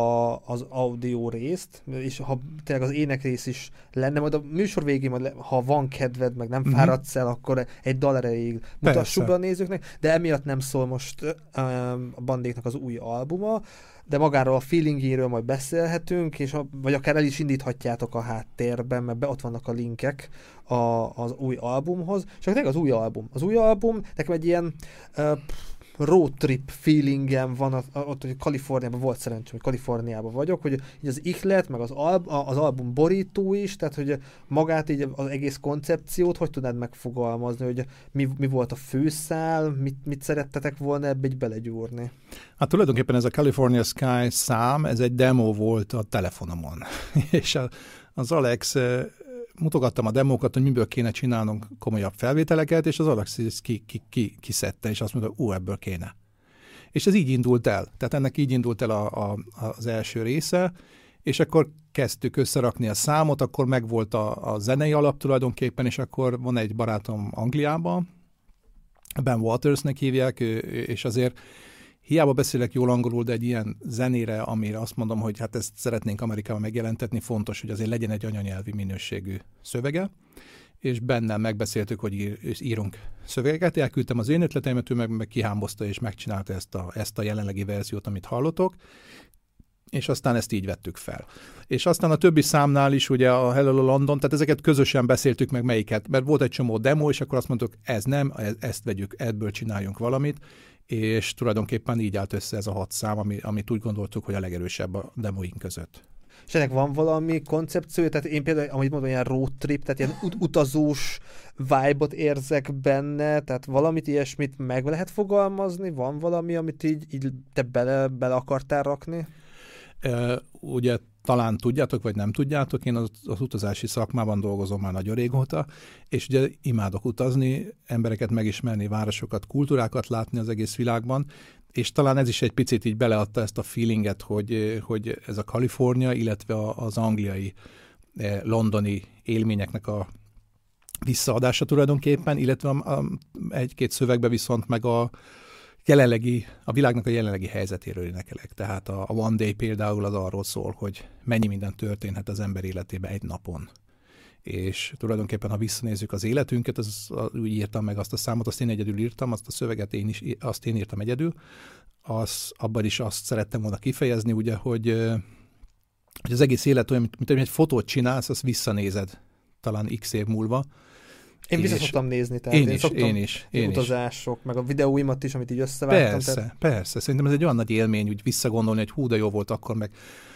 az audio részt, és ha tényleg az ének rész is lenne, majd a műsor végén, majd, ha van kedved, meg nem fáradsz el, akkor egy dal erejéig mutassuk be a nézőknek, de emiatt nem szól most um, a bandéknak az új albuma, de magáról a feelingéről majd beszélhetünk, és a, vagy akár el is indíthatjátok a háttérben, mert be ott vannak a linkek a, az új albumhoz. És akkor az új album. Az új album nekem egy ilyen uh, road trip feelingem van, a, a, ott, hogy Kaliforniában volt szerencsém, hogy Kaliforniában vagyok, hogy így az ihlet, meg az, alb, az album borító is, tehát hogy magát így az egész koncepciót, hogy tudnád megfogalmazni, hogy mi, mi volt a főszál, mit, mit szerettetek volna ebbe így belegyúrni? Hát tulajdonképpen ez a California Sky szám, ez egy demo volt a telefonomon. És a, az Alex, mutogattam a demókat, hogy miből kéne csinálnunk komolyabb felvételeket, és az Alex ki, ki, ki, kiszedte, és azt mondta, ú, ebből kéne. És ez így indult el. Tehát ennek így indult el a, a, az első része, és akkor kezdtük összerakni a számot, akkor megvolt a, a zenei alap tulajdonképpen, és akkor van egy barátom Angliában, Ben Watersnek hívják, és azért hiába beszélek jól angolul, de egy ilyen zenére, amire azt mondom, hogy hát ezt szeretnénk Amerikában megjelentetni, fontos, hogy azért legyen egy anyanyelvi minőségű szövege, és bennem megbeszéltük, hogy ír, írunk szövegeket, elküldtem az én ötleteimet, ő meg, meg kihámbozta és megcsinálta ezt a, ezt a jelenlegi verziót, amit hallotok, és aztán ezt így vettük fel. És aztán a többi számnál is, ugye a Hello London, tehát ezeket közösen beszéltük meg melyiket, mert volt egy csomó demo, és akkor azt mondtuk, ez nem, ezt vegyük, ebből csináljunk valamit, és tulajdonképpen így állt össze ez a hat szám, ami, amit úgy gondoltuk, hogy a legerősebb a demoink között. És ennek van valami koncepció? Tehát én például, amit mondom, ilyen road trip, tehát ilyen ut- utazós vibe-ot érzek benne, tehát valamit ilyesmit meg lehet fogalmazni? Van valami, amit így, így te bele, bele akartál rakni? Uh, ugye talán tudjátok, vagy nem tudjátok, én az, az utazási szakmában dolgozom már nagyon régóta, és ugye imádok utazni, embereket megismerni, városokat, kultúrákat látni az egész világban, és talán ez is egy picit így beleadta ezt a feelinget, hogy, hogy ez a Kalifornia, illetve az angliai, londoni élményeknek a visszaadása tulajdonképpen, illetve a, a, egy-két szövegbe viszont meg a jelenlegi, a világnak a jelenlegi helyzetéről énekelek. Tehát a, a One Day például az arról szól, hogy mennyi minden történhet az ember életében egy napon. És tulajdonképpen, ha visszanézzük az életünket, az, úgy írtam meg azt a számot, azt én egyedül írtam, azt a szöveget én is, azt én írtam egyedül. Az, abban is azt szerettem volna kifejezni, ugye, hogy, hogy az egész élet olyan, mint, mint egy fotót csinálsz, azt visszanézed talán x év múlva. Én vissza szoktam nézni, tehát én, én is, szoktam én is, én utazások, is. Meg a videóimat is, amit így összevágtam. Persze, tehát... persze. Szerintem ez egy olyan nagy élmény, úgy visszagondolni, hogy hú, de jó volt akkor, meg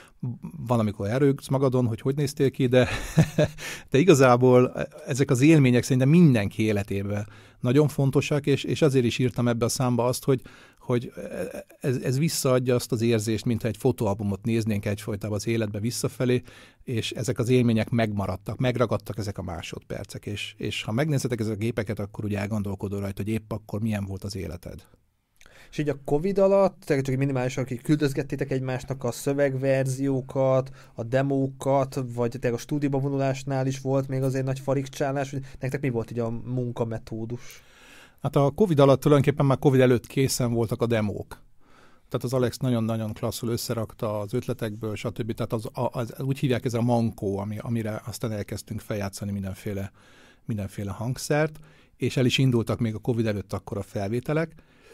van, amikor elrögsz magadon, hogy hogy néztél ki, de, de igazából ezek az élmények szerintem mindenki életében nagyon fontosak, és, és azért is írtam ebbe a számba azt, hogy, hogy ez, ez visszaadja azt az érzést, mintha egy fotóalbumot néznénk egyfolytában az életbe visszafelé, és ezek az élmények megmaradtak, megragadtak ezek a másodpercek, és, és ha megnézhetek ezek a gépeket, akkor ugye elgondolkodol rajta, hogy épp akkor milyen volt az életed. És így a Covid alatt, csak minimálisan, akik küldözgettétek egymásnak a szövegverziókat, a demókat, vagy a stúdióba vonulásnál is volt még azért nagy farigcsálás, hogy nektek mi volt így a munkametódus? Hát a Covid alatt tulajdonképpen már Covid előtt készen voltak a demók. Tehát az Alex nagyon-nagyon klasszul összerakta az ötletekből, stb. Tehát az, az, az, úgy hívják, ez a mankó, ami, amire aztán elkezdtünk feljátszani mindenféle, mindenféle hangszert, és el is indultak még a Covid előtt akkor a felvételek.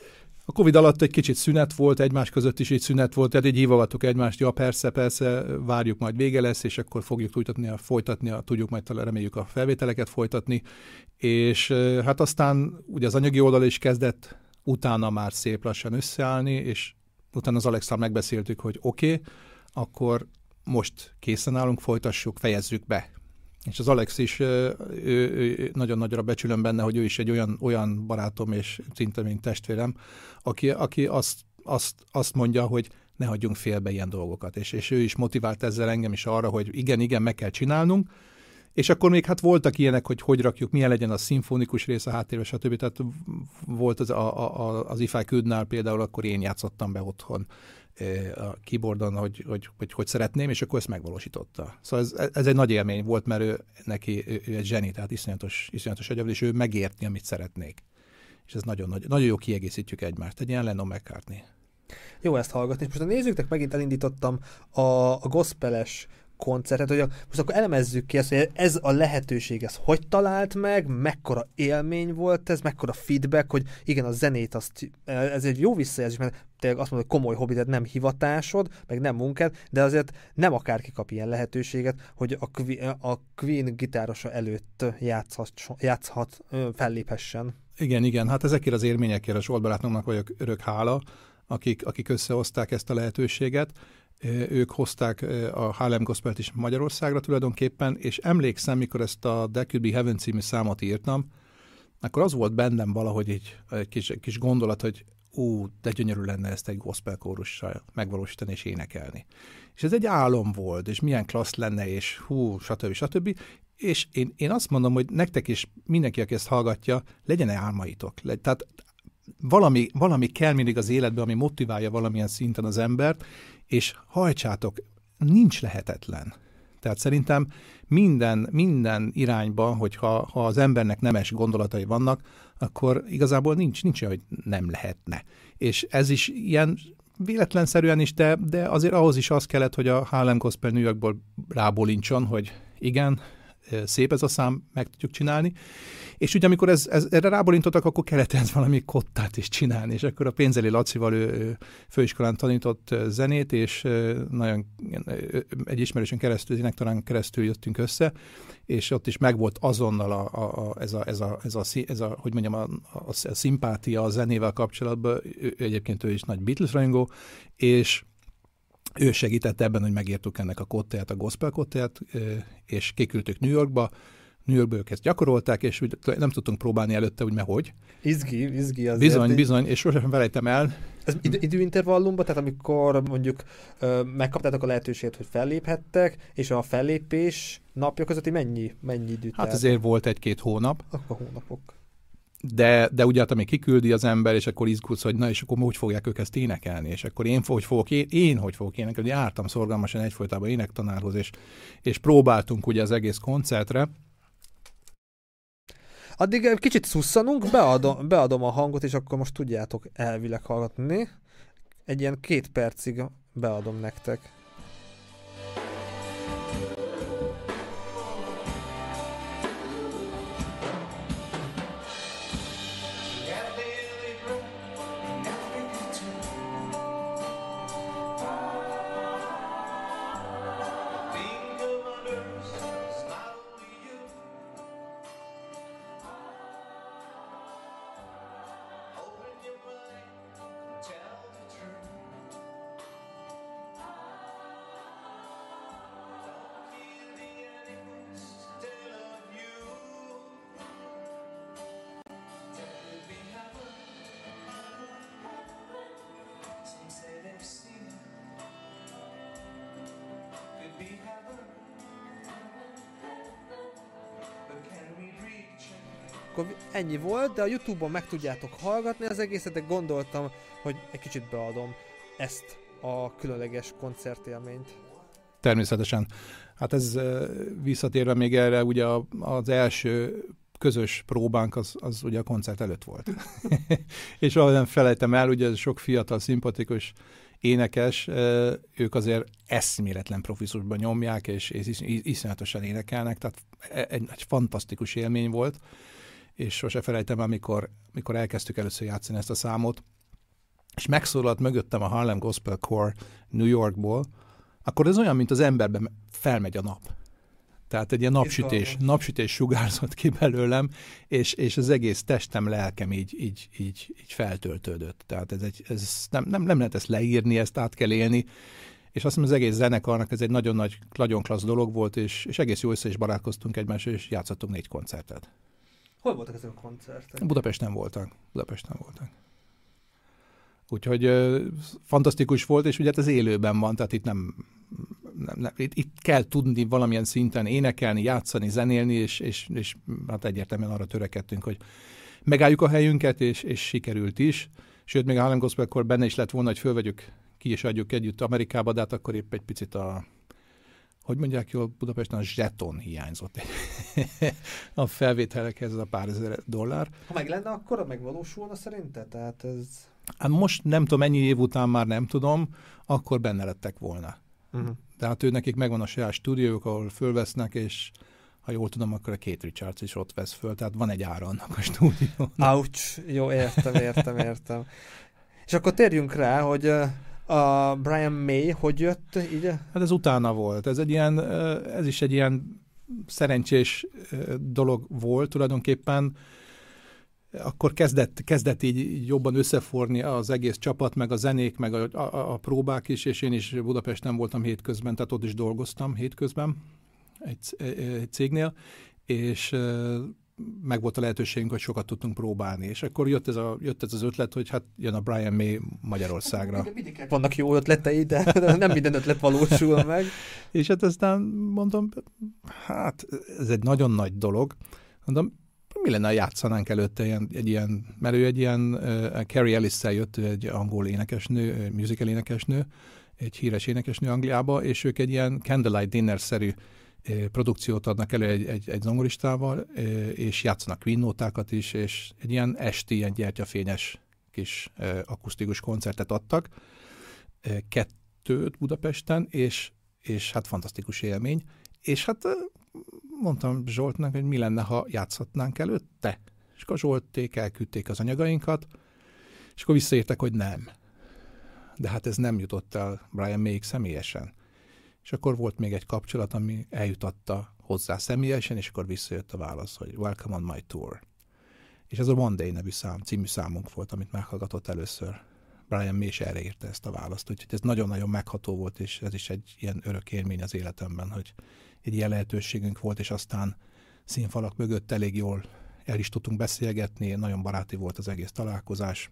A Covid alatt egy kicsit szünet volt, egymás között is így szünet volt, tehát így hívogattuk egymást, ja persze, persze, várjuk, majd vége lesz, és akkor fogjuk tudni, folytatni, tudjuk majd reméljük a felvételeket folytatni, és hát aztán ugye az anyagi oldal is kezdett utána már szép lassan összeállni, és utána az Alexsal megbeszéltük, hogy oké, okay, akkor most készen állunk, folytassuk, fejezzük be. És az Alex is, ő, ő, nagyon nagyra becsülöm benne, hogy ő is egy olyan, olyan barátom és szinte mint testvérem, aki, aki azt, azt, azt mondja, hogy ne hagyjunk félbe ilyen dolgokat. És, és ő is motivált ezzel engem is arra, hogy igen, igen, meg kell csinálnunk. És akkor még hát voltak ilyenek, hogy hogy rakjuk, milyen legyen a szimfonikus rész, a háttérben, stb. Tehát volt az, a, a, az If I Could-nál például, akkor én játszottam be otthon a keyboardon, hogy hogy, hogy hogy szeretném, és akkor ezt megvalósította. Szóval ez, ez egy nagy élmény volt, mert ő, neki ő, ő egy zseni, tehát iszonyatos, iszonyatos agyab, és ő megérti, amit szeretnék. És ez nagyon, nagy, nagyon jó kiegészítjük egymást. Egy ilyen Lennon McCartney. Jó ezt hallgatni. És most a nézőknek megint elindítottam a, a gospeles koncertet, hogy a, most akkor elemezzük ki ezt, hogy ez a lehetőség, ez hogy talált meg, mekkora élmény volt ez, mekkora feedback, hogy igen, a zenét, azt, ez egy jó visszajelzés, mert tényleg azt mondod, hogy komoly hobbi, tehát nem hivatásod, meg nem munkád, de azért nem akárki kap ilyen lehetőséget, hogy a Queen, a Queen gitárosa előtt játszhat, játszhat felléphessen. Igen, igen, hát ezekért az élményekért a Zsolt barátnoknak vagyok örök hála, akik, akik összehozták ezt a lehetőséget. Ők hozták a Harlem Gospelt is Magyarországra tulajdonképpen, és emlékszem, mikor ezt a There Could Be Heaven című számot írtam, akkor az volt bennem valahogy egy, egy kis, kis gondolat, hogy ú, de gyönyörű lenne ezt egy gospel kórussal megvalósítani és énekelni. És ez egy álom volt, és milyen klassz lenne, és hú, stb. stb. És én, én azt mondom, hogy nektek is, mindenki, aki ezt hallgatja, legyen álmaitok. Tehát valami, valami kell mindig az életben, ami motiválja valamilyen szinten az embert, és hajtsátok, nincs lehetetlen. Tehát szerintem minden, minden irányban, hogyha ha az embernek nemes gondolatai vannak, akkor igazából nincs, nincs olyan, hogy nem lehetne. És ez is ilyen véletlenszerűen is, de, de azért ahhoz is az kellett, hogy a Harlem Gospel New Yorkból rábólincson, hogy igen, szép ez a szám, meg tudjuk csinálni. És ugye amikor ez, ez, erre ráborintottak, akkor kellett ez valami kottát is csinálni, és akkor a Pénzeli Lacival ő, ő főiskolán tanított zenét, és nagyon egy ismerősön keresztül, énektanán keresztül jöttünk össze, és ott is megvolt azonnal a, a, a, ez, a, ez, a, ez, a, ez a, hogy mondjam, a, a, a szimpátia a zenével kapcsolatban. Ő, egyébként ő is nagy Beatles rajongó, és ő segített ebben, hogy megértük ennek a kottáját, a gospel kottáját, és kiküldtük New Yorkba. New Yorkba ők ezt gyakorolták, és úgy nem tudtunk próbálni előtte, úgy mehogy. Izgi, izgi azért. Bizony, bizony, és sosem felejtem el. Ez idő, időintervallumban, tehát amikor mondjuk ö, megkaptátok a lehetőséget, hogy felléphettek, és a fellépés napja közötti mennyi, mennyi idő? Hát azért volt egy-két hónap. Akkor hónapok. De, de ugye hát, amíg kiküldi az ember, és akkor izgulsz, hogy na, és akkor hogy fogják ők ezt énekelni, és akkor én hogy fogok, én, én hogy fogok énekelni. Jártam szorgalmasan egyfolytában énektanárhoz, és, és próbáltunk ugye az egész koncertre. Addig kicsit szusszanunk, beadom, beadom a hangot, és akkor most tudjátok elvileg hallgatni. Egy ilyen két percig beadom nektek. Akkor ennyi volt, de a YouTube-on meg tudjátok hallgatni az egészet, de gondoltam, hogy egy kicsit beadom ezt a különleges koncertélményt. Természetesen. Hát ez visszatérve még erre, ugye az első közös próbánk az, az ugye a koncert előtt volt. És ahogy nem felejtem el, ugye sok fiatal, szimpatikus énekes, ők azért eszméletlen profiszusban nyomják, és, és is, iszonyatosan énekelnek, tehát egy, egy fantasztikus élmény volt, és sose felejtem el, amikor, amikor elkezdtük először játszani ezt a számot, és megszólalt mögöttem a Harlem Gospel Choir New Yorkból, akkor ez olyan, mint az emberben felmegy a nap. Tehát egy ilyen napsütés, napsütés sugárzott ki belőlem, és, és az egész testem, lelkem így, így, így, így feltöltődött. Tehát ez egy, ez nem, nem, nem lehet ezt leírni, ezt át kell élni, és azt mondom, az egész zenekarnak ez egy nagyon nagy, nagyon klassz dolog volt, és, és egész jó össze is barátkoztunk egymással, és játszottunk négy koncertet. Hol voltak ezek a koncertek? Budapesten voltak. Budapesten voltak. Úgyhogy ö, fantasztikus volt, és ugye hát ez élőben van, tehát itt nem, nem, nem itt, itt kell tudni valamilyen szinten énekelni, játszani, zenélni, és, és, és hát egyértelműen arra törekedtünk, hogy megálljuk a helyünket, és, és sikerült is. Sőt, még a Harlem Gospelkor benne is lett volna, hogy fölvegyük, ki és adjuk együtt Amerikába, de hát akkor épp egy picit a, hogy mondják jól, Budapesten a zseton hiányzott a felvételekhez, ez a pár ezer dollár. Ha meg lenne, akkor megvalósulna szerinted? Tehát ez... Hát most nem tudom, ennyi év után már nem tudom, akkor benne lettek volna. Uh-huh. Tehát ő nekik megvan a saját stúdiójuk, ahol fölvesznek, és ha jól tudom, akkor a Keith Richards is ott vesz föl, tehát van egy ára annak a stúdiónak. Ouch! Jó, értem, értem, értem. És akkor térjünk rá, hogy a Brian May hogy jött így? Hát ez utána volt. Ez egy ilyen, ez is egy ilyen szerencsés dolog volt tulajdonképpen. Akkor kezdett, kezdett így, így jobban összeforni az egész csapat, meg a zenék, meg a, a, a próbák is, és én is Budapesten voltam hétközben, tehát ott is dolgoztam hétközben egy, egy cégnél, és meg volt a lehetőségünk, hogy sokat tudtunk próbálni. És akkor jött ez, a, jött ez az ötlet, hogy hát jön a Brian May Magyarországra. Vannak jó ötletei, de nem minden ötlet valósul meg. És hát aztán mondom, hát ez egy nagyon nagy dolog. Mondom, mi lenne, ha játszanánk előtte ilyen, egy ilyen, mert ő egy ilyen, uh, Carrie Ellis-szel jött, egy angol énekesnő, musical énekesnő, egy híres énekesnő Angliába, és ők egy ilyen candlelight dinner-szerű uh, produkciót adnak elő egy, egy, egy zongoristával, uh, és játszanak Queen nótákat is, és egy ilyen esti, ilyen gyertyafényes kis uh, akusztikus koncertet adtak, uh, kettőt Budapesten, és, és hát fantasztikus élmény. És hát mondtam Zsoltnak, hogy mi lenne, ha játszhatnánk előtte. És akkor Zsolték elküldték az anyagainkat, és akkor visszaértek, hogy nem. De hát ez nem jutott el Brian May-ig személyesen. És akkor volt még egy kapcsolat, ami eljutatta hozzá személyesen, és akkor visszajött a válasz, hogy Welcome on my tour. És ez a One Day nevű szám, című számunk volt, amit meghallgatott először Brian May, és erre írta ezt a választ. Úgyhogy ez nagyon-nagyon megható volt, és ez is egy ilyen örök élmény az életemben, hogy egy ilyen lehetőségünk volt, és aztán színfalak mögött elég jól el is tudtunk beszélgetni, nagyon baráti volt az egész találkozás.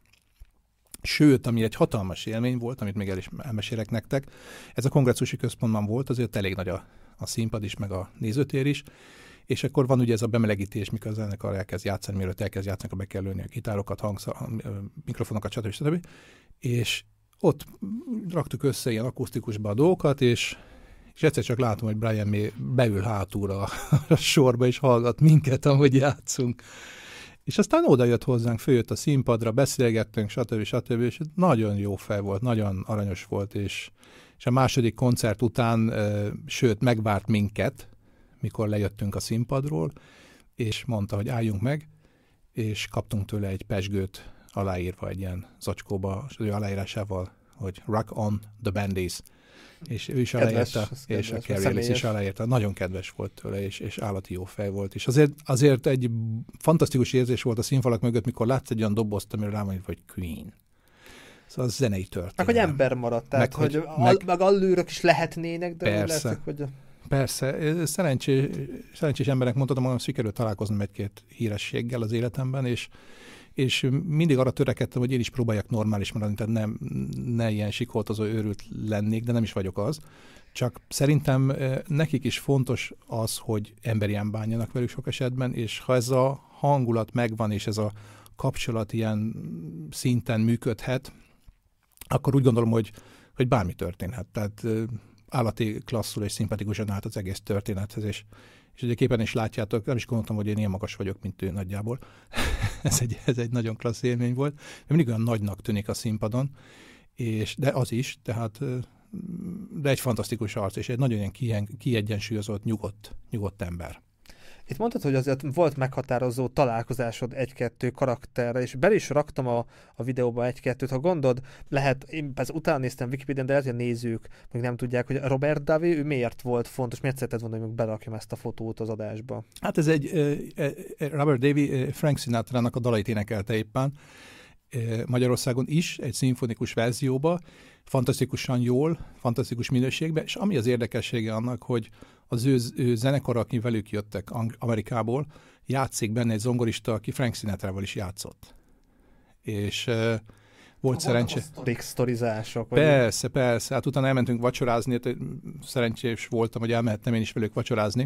Sőt, ami egy hatalmas élmény volt, amit még el is elmesélek nektek, ez a kongresszusi központban volt, azért elég nagy a, a színpad is, meg a nézőtér is, és akkor van ugye ez a bemelegítés, mikor az zenekar elkezd játszani, mielőtt elkezd játszani, akkor be kell lőni a gitárokat, hangszal, mikrofonokat, stb. stb. És ott raktuk össze ilyen akusztikusba a dolgokat, és, és egyszer csak látom, hogy Brian May beül hátulra a, a sorba, és hallgat minket, ahogy játszunk. És aztán oda jött hozzánk, följött a színpadra, beszélgettünk, stb. stb. És nagyon jó fej volt, nagyon aranyos volt, és, és a második koncert után, sőt, megvárt minket, mikor lejöttünk a színpadról, és mondta, hogy álljunk meg, és kaptunk tőle egy pezsgőt aláírva egy ilyen zacskóba, és ő aláírásával, hogy Rock on the Bandies. És ő is aláírta, és a Carrie Ellis is aláírta. Nagyon kedves volt tőle, és, és állati jó fej volt. És azért, azért egy fantasztikus érzés volt a színfalak mögött, mikor látsz egy olyan dobozt, amire rá mondjuk, hogy Queen. Szóval az zenei történet. Meg, hogy ember maradt, tehát, meg, hogy, hogy meg, meg allőrök is lehetnének, de persze, látszik, hogy... Persze, szerencsés, szerencsés emberek mondhatom, hogy sikerült találkoznom egy-két hírességgel az életemben, és és mindig arra törekedtem, hogy én is próbáljak normális maradni, tehát nem, ne ilyen sikoltozó őrült lennék, de nem is vagyok az. Csak szerintem nekik is fontos az, hogy emberien bánjanak velük sok esetben, és ha ez a hangulat megvan, és ez a kapcsolat ilyen szinten működhet, akkor úgy gondolom, hogy, hogy bármi történhet. Tehát állati klasszul és szimpatikusan állt az egész történethez, és és ugye képen is látjátok, nem is gondoltam, hogy én ilyen magas vagyok, mint ő nagyjából. ez, egy, ez egy nagyon klassz élmény volt. De mindig olyan nagynak tűnik a színpadon, és, de az is, tehát de egy fantasztikus arc, és egy nagyon ilyen kien, kiegyensúlyozott, nyugodt, nyugodt ember. Itt mondtad, hogy azért volt meghatározó találkozásod egy-kettő karakterre, és bel is raktam a, a videóba egy-kettőt. Ha gondod, lehet, én persze utána néztem Wikipédián, de lehet, hogy a nézők még nem tudják, hogy Robert Davi, ő miért volt fontos, miért szeretett volna, hogy még berakjam ezt a fotót az adásba? Hát ez egy, uh, Robert Davi uh, Frank Sinatrának a dalait énekelte éppen, uh, Magyarországon is, egy szimfonikus verzióba, fantasztikusan jól, fantasztikus minőségben, és ami az érdekessége annak, hogy az ő, ő zenekar, aki velük jöttek Amerikából, játszik benne egy zongorista, aki Frank Sinatrával is játszott. És uh, volt szerencsé... Sztorizások. Persze, vagy... persze. Hát utána elmentünk vacsorázni, szerencsés voltam, hogy elmehettem én is velük vacsorázni,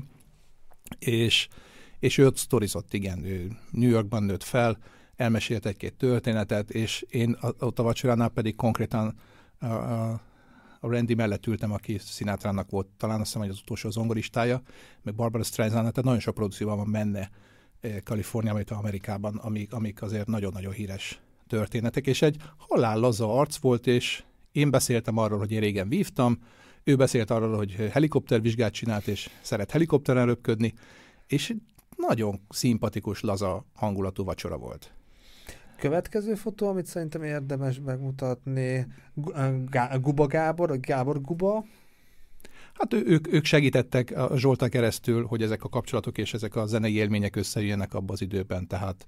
és, és ő ott sztorizott, igen. Ő New Yorkban nőtt fel, elmesélt egy-két történetet, és én ott a vacsoránál pedig konkrétan a, a, a Randy mellett ültem, aki Sinatrának volt, talán azt hiszem, hogy az utolsó zongoristája, meg Barbara Streisand, tehát nagyon sok produkcióban van benne Kaliforniában, illetve Amerikában, amik, amik azért nagyon-nagyon híres történetek, és egy halál-laza arc volt, és én beszéltem arról, hogy én régen vívtam, ő beszélt arról, hogy helikoptervizsgát csinált, és szeret helikopteren röpködni, és nagyon szimpatikus, laza hangulatú vacsora volt. Következő fotó, amit szerintem érdemes megmutatni, Guba Gábor, Gábor Guba. Hát ő, ők, ők segítettek a Zsoltán keresztül, hogy ezek a kapcsolatok és ezek a zenei élmények összejönnek abban az időben, tehát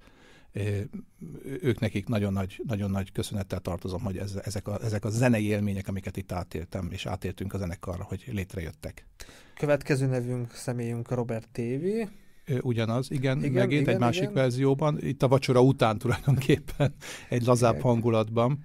ők nekik nagyon nagy, nagyon nagy köszönettel tartozom, hogy ez, ezek, a, ezek a zenei élmények, amiket itt átéltem, és átéltünk a zenekarra, hogy létrejöttek. Következő nevünk, személyünk Robert té vé. Ugyanaz, igen, igen megint igen, egy másik igen. verzióban, itt a vacsora után tulajdonképpen, egy lazább igen. hangulatban.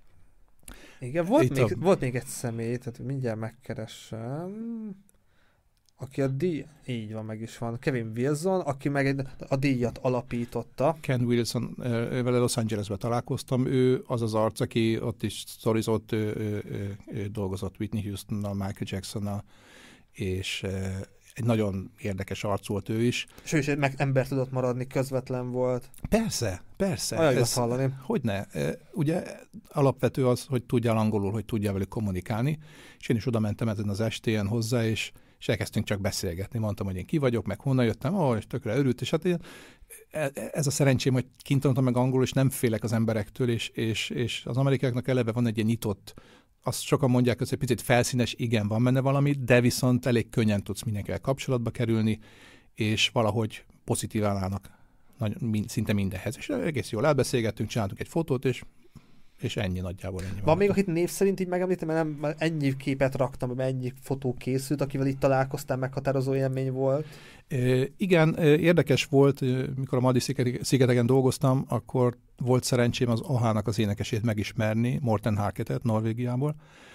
Igen, volt még, a... volt még egy személy, tehát mindjárt megkeresem, aki a díj, így van, meg is van, Kevin Wilson, aki meg egy, a díjat alapította. Ken Wilson, vele Los Angelesben találkoztam, ő az az arc, aki ott is sztorizott, ő, ő, ő, ő dolgozott Whitney Houstonnal, Michael Jacksonnal, és egy nagyon érdekes arc volt ő is. És ő is egy ember tudott maradni, közvetlen volt. Persze, persze. Olyan ezt hallani. Hogyne. Ugye alapvető az, hogy tudjál angolul, hogy tudjál velük kommunikálni, és én is oda mentem ezen az estén hozzá, és és elkezdtünk csak beszélgetni. Mondtam, hogy én ki vagyok, meg honnan jöttem, ó, és tökre örült, és hát én, ez a szerencsém, hogy kint tanultam meg angolul, és nem félek az emberektől, és, és, és az amerikáknak eleve van egy ilyen nyitott, azt sokan mondják, hogy egy picit felszínes, igen, van benne valami, de viszont elég könnyen tudsz mindenkivel kapcsolatba kerülni, és valahogy pozitíván állnak nagy, szinte mindenhez. És egész jól elbeszélgettünk, csináltunk egy fotót, és, és ennyi nagyjából. Ennyi van van még, akit név szerint így megemlítem, mert nem, mert ennyi képet raktam, ennyi fotó készült, akivel itt találkoztál, meghatározó élmény volt. E, igen, érdekes volt, mikor a Maldiv szigeteken dolgoztam, akkor volt szerencsém az Ahának az énekesét megismerni, Morten Harketet, Norvégiából.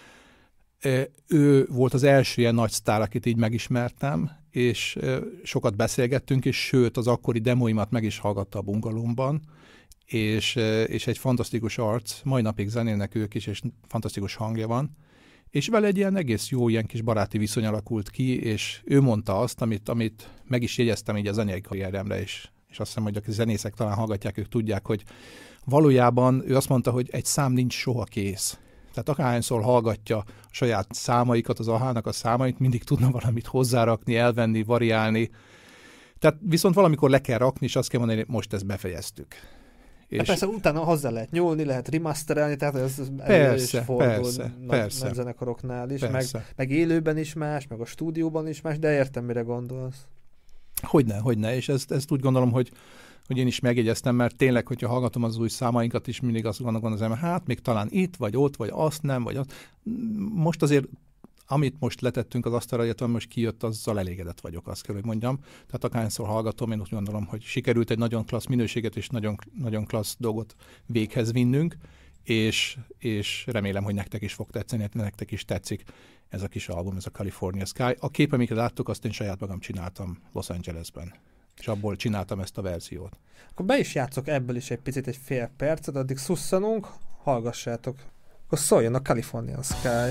E, ő volt az első ilyen nagy sztár, akit így megismertem, és e, sokat beszélgettünk, és sőt, az akkori demóimat meg is hallgatta a bungalomban, és, e, és egy fantasztikus arc, mai napig zenélnek ők is, és fantasztikus hangja van, és vele egy ilyen egész jó, ilyen kis baráti viszony alakult ki, és ő mondta azt, amit, amit meg is jegyeztem így a zenei karrieremre, és, és azt hiszem, hogy a zenészek talán hallgatják, ők tudják, hogy valójában ő azt mondta, hogy egy szám nincs soha kész. Tehát akárhányszor hallgatja a saját számaikat, az Ahának a számait, mindig tudna valamit hozzárakni, elvenni, variálni. Tehát viszont valamikor le kell rakni, és azt kell mondani, hogy most ezt befejeztük. És persze utána hozzá lehet nyúlni, lehet remasterelni, tehát ez persze, is fordul persze, nagy, persze, nagy zenekaroknál is, meg, persze. meg élőben is más, meg a stúdióban is más, de értem, mire gondolsz. Hogyne, hogyne, és ezt, ezt úgy gondolom, hogy, hogy én is megjegyeztem, mert tényleg, hogyha hallgatom az új számainkat is, mindig azt gondolom az ember, hát még talán itt, vagy ott, vagy azt nem, vagy azt. Most azért amit most letettünk az asztalra, illetve most kijött, azzal elégedett vagyok, azt kell, hogy mondjam. Tehát akárhányszor hallgatom, én úgy gondolom, hogy sikerült egy nagyon klassz minőséget és nagyon, nagyon klassz dolgot véghez vinnünk, és, és remélem, hogy nektek is fog tetszeni, nektek is tetszik ez a kis album, ez a California Sky. A kép, amiket láttuk, azt én saját magam csináltam Los Angelesben, és abból csináltam ezt a verziót. Akkor be is játszok ebből is egy picit, egy fél percet, addig szusszanunk, hallgassátok. Akkor szóljon a California Sky.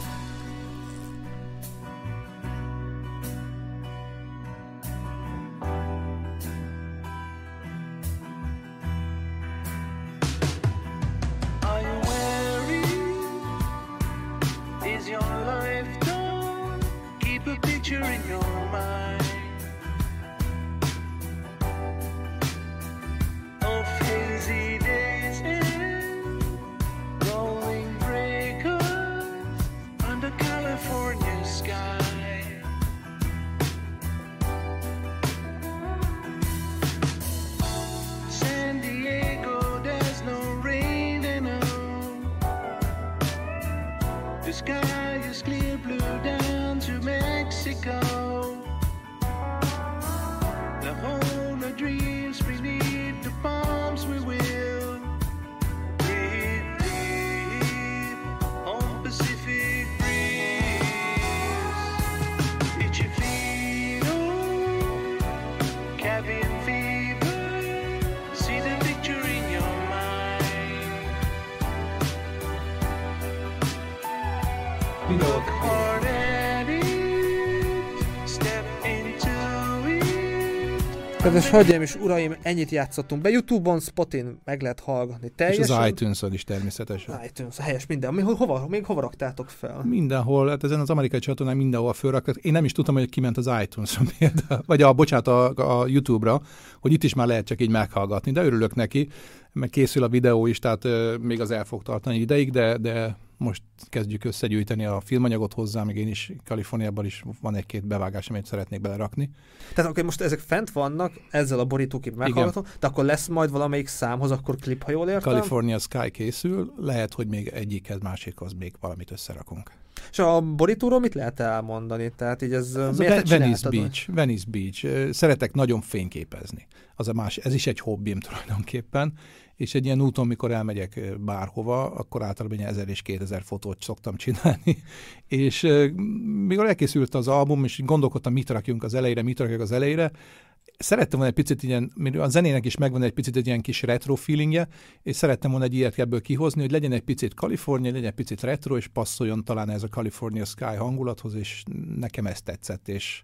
Kedves hölgyeim és uraim, ennyit játszottunk be. YouTube-on, Spotin meg lehet hallgatni teljesen. És az iTunes-on is természetesen. iTunes, helyes, minden. Mi, hova, még hova raktátok fel? Mindenhol, hát ezen az amerikai csatornán mindenhol fölraktak. Én nem is tudtam, hogy kiment az iTunes-ra például, vagy a, bocsánat, a, a YouTube-ra, hogy itt is már lehet csak így meghallgatni, de örülök neki, meg készül a videó is, tehát euh, még az el fog tartani ideig, de, de most kezdjük összegyűjteni a filmanyagot hozzá, még én is Kaliforniában is van egy-két bevágás, amit szeretnék belerakni. Tehát akkor most ezek fent vannak, ezzel a borítókép meghallgatom, de akkor lesz majd valamelyik számhoz, akkor klip, ha jól értem? California Sky készül, lehet, hogy még egyikhez, másikhoz még valamit összerakunk. És a borítóról mit lehet elmondani? Tehát így ez, ez miért a Venice Beach, Venice Beach. Szeretek nagyon fényképezni. Az a más, ez is egy hobbim tulajdonképpen, és egy ilyen úton, mikor elmegyek bárhova, akkor általában ezer és kétezer fotót szoktam csinálni. És euh, mikor elkészült az album, és gondolkodtam, mit rakjunk az elejére, mit rakjunk az elejére, szerettem volna egy picit ilyen, a zenének is megvan egy picit egy ilyen kis retro feelingje, és szerettem volna egy ilyet ebből kihozni, hogy legyen egy picit Kalifornia, legyen egy picit retro, és passzoljon talán ez a California Sky hangulathoz, és nekem ez tetszett, és,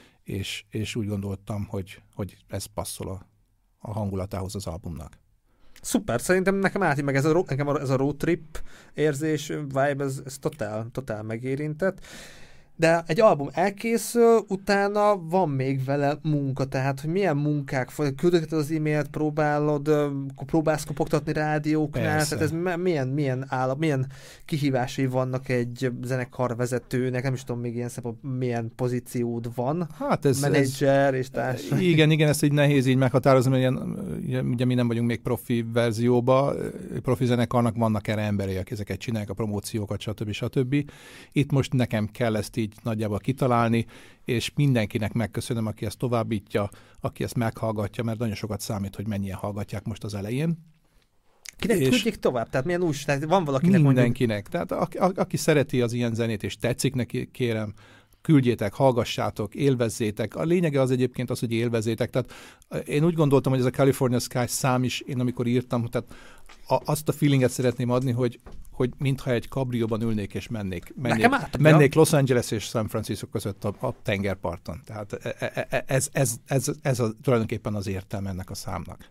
és, és úgy gondoltam, hogy, hogy ez passzol a, a hangulatához az albumnak. Szuper, szerintem nekem át, meg ez a, nekem ez a road trip érzés, vibe, ez, ez totál, totál megérintett. De egy album elkészül, utána van még vele munka, tehát hogy milyen munkák folynak, küldögeted az e-mailt, próbálod, próbálsz kopogtatni rádióknál, Persze. tehát ez milyen, milyen, állap, milyen kihívásai vannak egy zenekarvezetőnek, nem is tudom még ilyen szempont, milyen pozíciód van, hát ez, menedzser ez, és társ. Igen, igen, ezt így nehéz így meghatározni, mert ilyen, ugye mi nem vagyunk még profi verzióba, profi zenekarnak vannak erre emberei, akik ezeket csinálják, a promóciókat, stb. stb. Itt most nekem kell ezt így nagyjából kitalálni, és mindenkinek megköszönöm, aki ezt továbbítja, aki ezt meghallgatja, mert nagyon sokat számít, hogy mennyien hallgatják most az elején. Kinek és küldjék tovább? Tehát milyen új, tehát van valakinek mindenkinek. Mondjuk... Tehát a, a, aki szereti az ilyen zenét, és tetszik neki, kérem, küldjétek, hallgassátok, élvezzétek. A lényege az egyébként az, hogy élvezzétek. Tehát én úgy gondoltam, hogy ez a California Sky szám is, én amikor írtam, tehát a, azt a feelinget szeretném adni, hogy, hogy mintha egy kabrióban ülnék és mennék. Mennék, mennék Los Angeles és San Francisco között a, a tengerparton. Tehát ez, ez, ez, ez, ez a, tulajdonképpen az értelme ennek a számnak.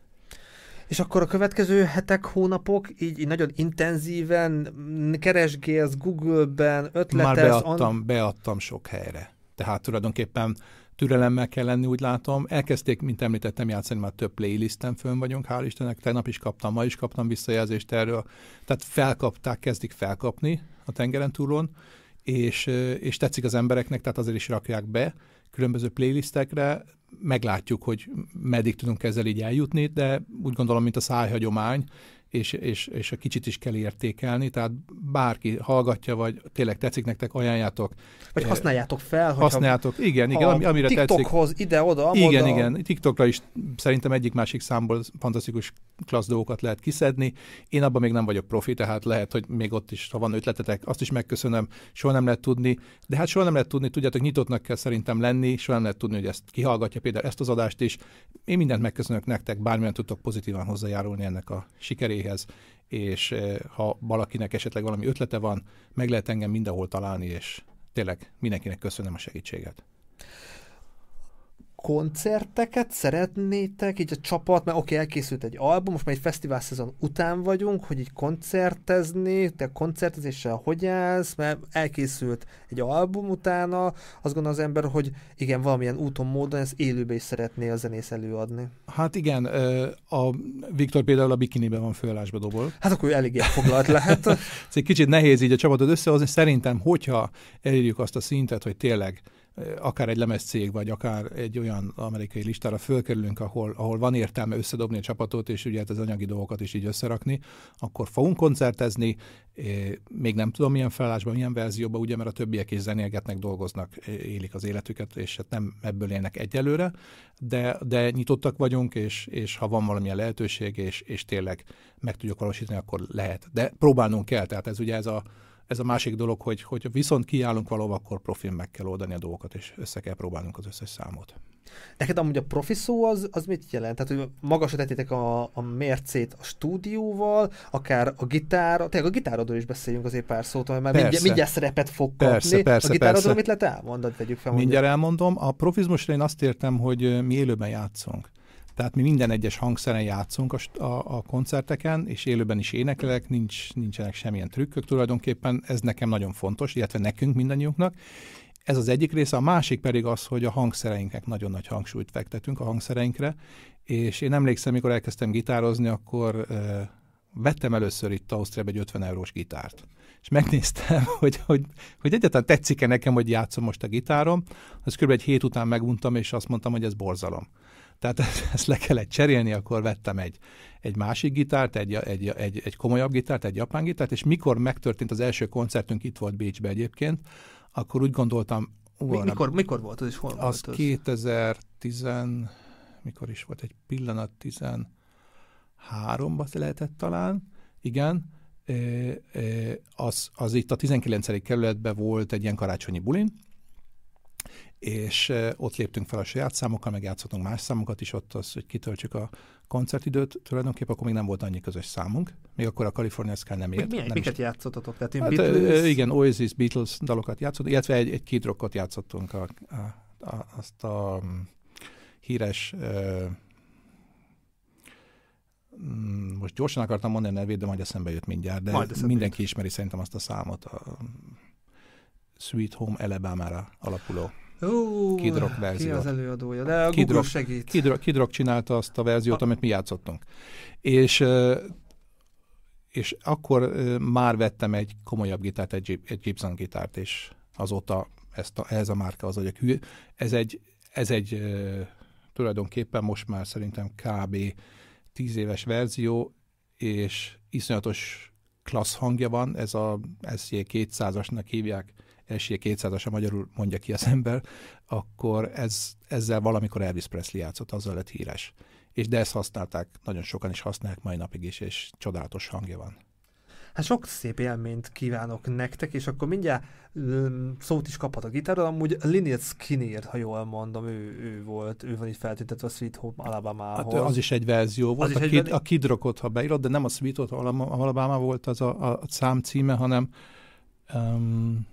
És akkor a következő hetek, hónapok így, így nagyon intenzíven keresgélsz Google-ben, ötletez... Már beadtam, an... beadtam sok helyre. Tehát tulajdonképpen türelemmel kell lenni, úgy látom. Elkezdték, mint említettem, játszani, már több playlisten fönn vagyunk, hál' Istennek. Tegnap is kaptam, ma is kaptam visszajelzést erről. Tehát felkapták, kezdik felkapni a tengeren túlon, és, és tetszik az embereknek, tehát azért is rakják be különböző playlistekre. Meglátjuk, hogy meddig tudunk ezzel így eljutni, de úgy gondolom, mint a szájhagyomány, és, és, és a kicsit is kell értékelni, tehát bárki hallgatja, vagy tényleg tetszik nektek, ajánljátok. Vagy használjátok fel. Használjátok, igen, igen, ami, amire tetszik. TikTokhoz, ide-oda, amoda. Igen, igen, TikTokra is szerintem egyik-másik számból fantasztikus klassz dolgokat lehet kiszedni. Én abban még nem vagyok profi, tehát lehet, hogy még ott is, ha van ötletetek, azt is megköszönöm, soha nem lehet tudni, de hát soha nem lehet tudni, tudjátok, nyitottnak kell szerintem lenni, soha nem lehet tudni, hogy ezt kihallgatja például ezt az adást is. Én mindent megköszönök nektek, bármilyen tudtok pozitívan hozzájárulni ennek a sikeréhez, és ha valakinek esetleg valami ötlete van, meg lehet engem mindenhol találni, és tényleg mindenkinek köszönöm a segítséget. Koncerteket szeretnétek, így a csapat, mert oké, okay, elkészült egy album, most már egy fesztivál szezon után vagyunk, hogy így koncertezni, te koncertezéssel hogy állsz, mert elkészült egy album utána, azt gondolom az ember, hogy igen, valamilyen úton, módon ezt élőbe is szeretné a zenész előadni. Hát igen, a Viktor például a bikiniben van főállásba dobol. Hát akkor eléggé foglalt lehet. Ez egy kicsit nehéz így a csapatot összehozni, szerintem, hogyha elérjük azt a szintet, hogy tényleg akár egy lemezcég, vagy akár egy olyan amerikai listára fölkerülünk, ahol, ahol van értelme összedobni a csapatot, és ugye az anyagi dolgokat is így összerakni, akkor fogunk koncertezni, még nem tudom milyen felállásban, milyen verzióban, ugye, mert a többiek is zenélgetnek, dolgoznak, élik az életüket, és hát nem ebből élnek egyelőre, de, de nyitottak vagyunk, és, és ha van valamilyen lehetőség, és, és tényleg meg tudjuk valósítani, akkor lehet. De próbálnunk kell, tehát ez ugye ez a Ez a másik dolog, hogy, hogy viszont kiállunk valahol, akkor profin meg kell oldani a dolgokat, és össze kell próbálnunk az összes számot. Neked amúgy a profi szó az, az mit jelent? Tehát, hogy magasra tettétek a, a mércét a stúdióval, akár a gitár, tényleg a gitárodról is beszéljünk azért pár szót, mert már mindjárt, mindjárt szerepet fog kapni. Persze, persze, a gitárodról persze. mit lehet elmondani? Vegyük fel, mindjárt elmondom. A profizmusra én azt értem, hogy mi élőben játszunk. Tehát mi minden egyes hangszeren játszunk a, a, a koncerteken, és élőben is énekelek, nincs, nincsenek semmilyen trükkök tulajdonképpen, ez nekem nagyon fontos, illetve nekünk mindannyiunknak. Ez az egyik része, a másik pedig az, hogy a hangszereinknek nagyon nagy hangsúlyt fektetünk a hangszereinkre, és én emlékszem, mikor elkezdtem gitározni, akkor uh, vettem először itt Ausztriában egy ötven eurós gitárt. És megnéztem, hogy, hogy, hogy egyáltalán tetszik-e nekem, hogy játszom most a gitárom. Az kb. Egy hét után meguntam, és azt mondtam, hogy ez borzalom. Tehát ezt le kellett cserélni, akkor vettem egy, egy másik gitárt, egy, egy, egy, egy komolyabb gitárt, egy japán gitárt, és mikor megtörtént az első koncertünk, itt volt Bécsben egyébként, akkor úgy gondoltam... Mi, mikor, mikor volt az, és hol az volt az? kétezer-tíz, mikor is volt egy pillanat, tizenháromban lehetett talán, igen, az, az itt a tizenkilencedik kerületben volt egy ilyen karácsonyi bulin, és ott léptünk fel a saját számokkal, meg játszottunk más számokat is ott, az, hogy kitöltsük a koncertidőt, tulajdonképpen akkor még nem volt annyi közös számunk, még akkor a California Sky nem ért. Milyen, nem miket is... játszottatok? Tehát hát, Beatles... Igen, Oasis, Beatles dalokat játszottunk, illetve egy, egy Kid Rockot játszottunk, a, a, a, azt a um, híres, uh, um, most gyorsan akartam mondani a nevét, de majd eszembe jött mindjárt, de majd mindenki ismeri szerintem azt a számot, a Sweet Home Alabama-ra alapuló Ó, Kid Rock verzió. Ki az előadója? De a Kid Google Rock, segít. Kid Rock, Kid Rock csinálta azt a verziót, amit mi játszottunk. És, és akkor már vettem egy komolyabb gitárt, egy, egy Gibson gitárt, és azóta ezt a, ez a márka az vagyok hű. Ez egy, ez egy tulajdonképpen most már szerintem kb. tíz éves verzió, és iszonyatos klassz hangja van, ez a es jé kétszázasnak hívják, es jé kétszázas, a magyarul mondja ki az ember, akkor ez, ezzel valamikor Elvis Presley játszott, azzal lett híres. És de ezt használták, nagyon sokan is használják mai napig is, és csodálatos hangja van. Hát sok szép élményt kívánok nektek, és akkor mindjárt um, szót is kaphat a gitáron, amúgy Lynyrd Skynyrd, ha jól mondom, ő, ő volt, ő van itt feltüntetve a Sweet Home Alabama-hoz. Hát az is egy verzió volt, a, Kid, a Kid Rockot, ha beírod, de nem a Sweet Home Alabama volt az a, a szám címe, hanem um,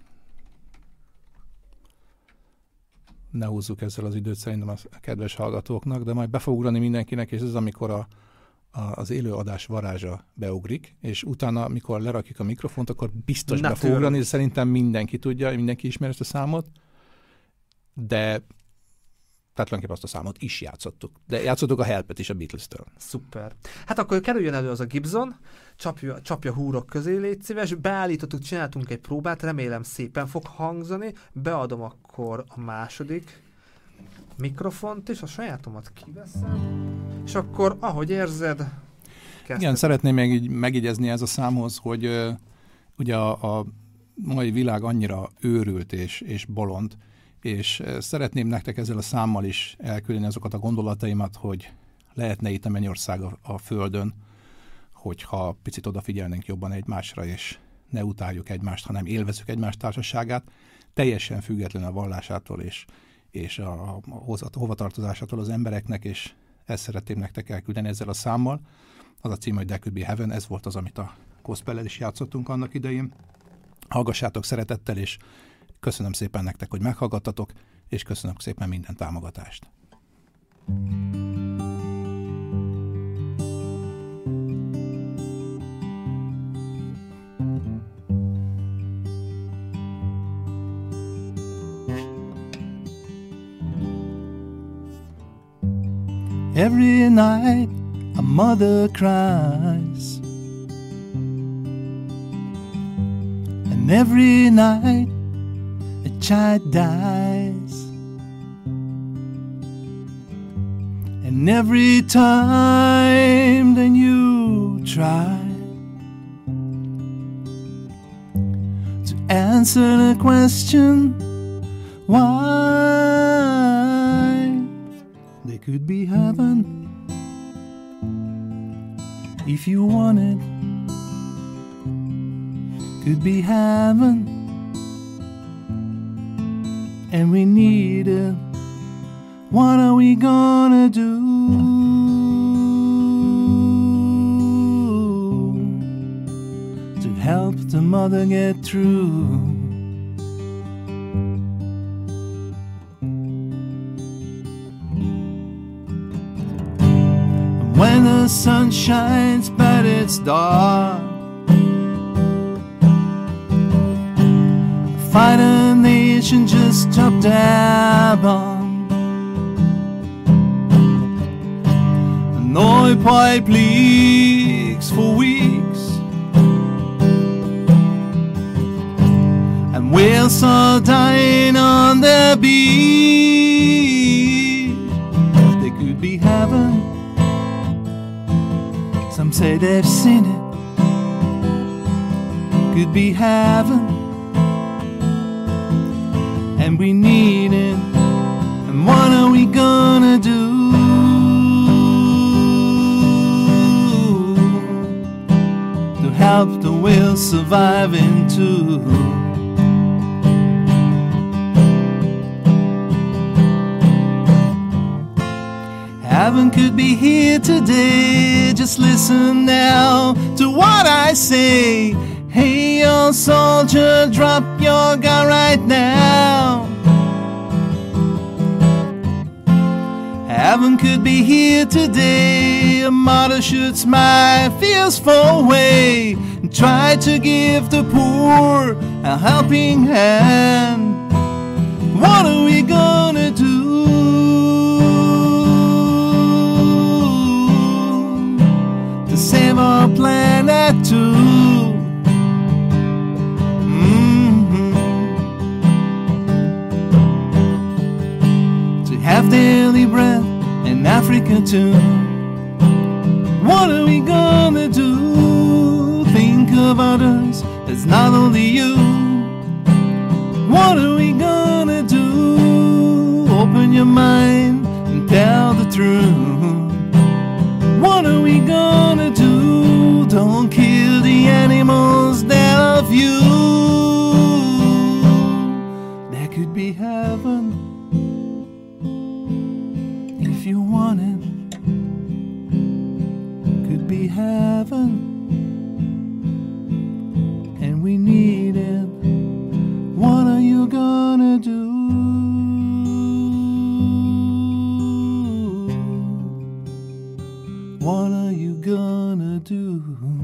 ne húzzuk ezzel az időt szerintem a kedves hallgatóknak, de majd be fog ugrani mindenkinek, és ez amikor a, a, az élőadás varázsa beugrik, és utána, mikor lerakjuk a mikrofont, akkor biztos Na, be fog ugrani, szerintem mindenki tudja, mindenki ismeri ezt a számot, de tehát tulajdonképpen azt a számot is játszottuk. De játszottuk a Helpet is a Beatles-től. Szuper. Hát akkor kerüljön elő az a Gibson, csapja, csapja húrok közé, légy szíves, beállítottuk, csináltunk egy próbát, remélem szépen fog hangzani, beadom akkor a második mikrofont is, a sajátomat kiveszem, és akkor, ahogy érzed, kezdtem. Igen, szeretném még így megigyezni ez a számhoz, hogy uh, ugye a, a mai világ annyira őrült és, és bolond, és szeretném nektek ezzel a számmal is elküldeni azokat a gondolataimat, hogy lehetne itt a mennyország a, a földön, hogyha picit odafigyelnénk jobban egymásra, és ne utáljuk egymást, hanem élvezzük egymás társaságát, teljesen független a vallásától és, és a, a hovatartozásától az embereknek, és ezt szeretném nektek elküldeni ezzel a számmal. Az a cím, hogy There Could Be Heaven, ez volt az, amit a gospellel is játszottunk annak idején. Hallgassátok szeretettel, és köszönöm szépen nektek, hogy meghallgattatok, és köszönöm szépen minden támogatást. Every night a mother cries, and every night a child dies, and every time then you try to answer the question why. There could be heaven if you want it, could be heaven, and we need it. What are we gonna do to help the mother get through? When the sun shines but it's dark, find a nation just dropped their bomb. An oil pipe leaks for weeks, and whales are dying on their beach. They could be heaven. Some say they've seen it. Could be heaven, and we need it. And what are we gonna do to help the whales surviving too? Heaven could be here today. Just listen now to what I say. Hey, young soldier, drop your gun right now. Heaven could be here today. A martyr should smile, fears fall away. Try to give the poor a helping hand. What are we gonna do to save our planet too? Mm-hmm. To have daily bread in Africa too. What are we gonna do? Think of others, it's not only you. What are we gonna do? Open your mind and tell the truth. What are we gonna do? Don't kill the animals that love you. There could be heaven if you want it. Could be heaven, and we need it. What are you gonna do? What are you gonna do?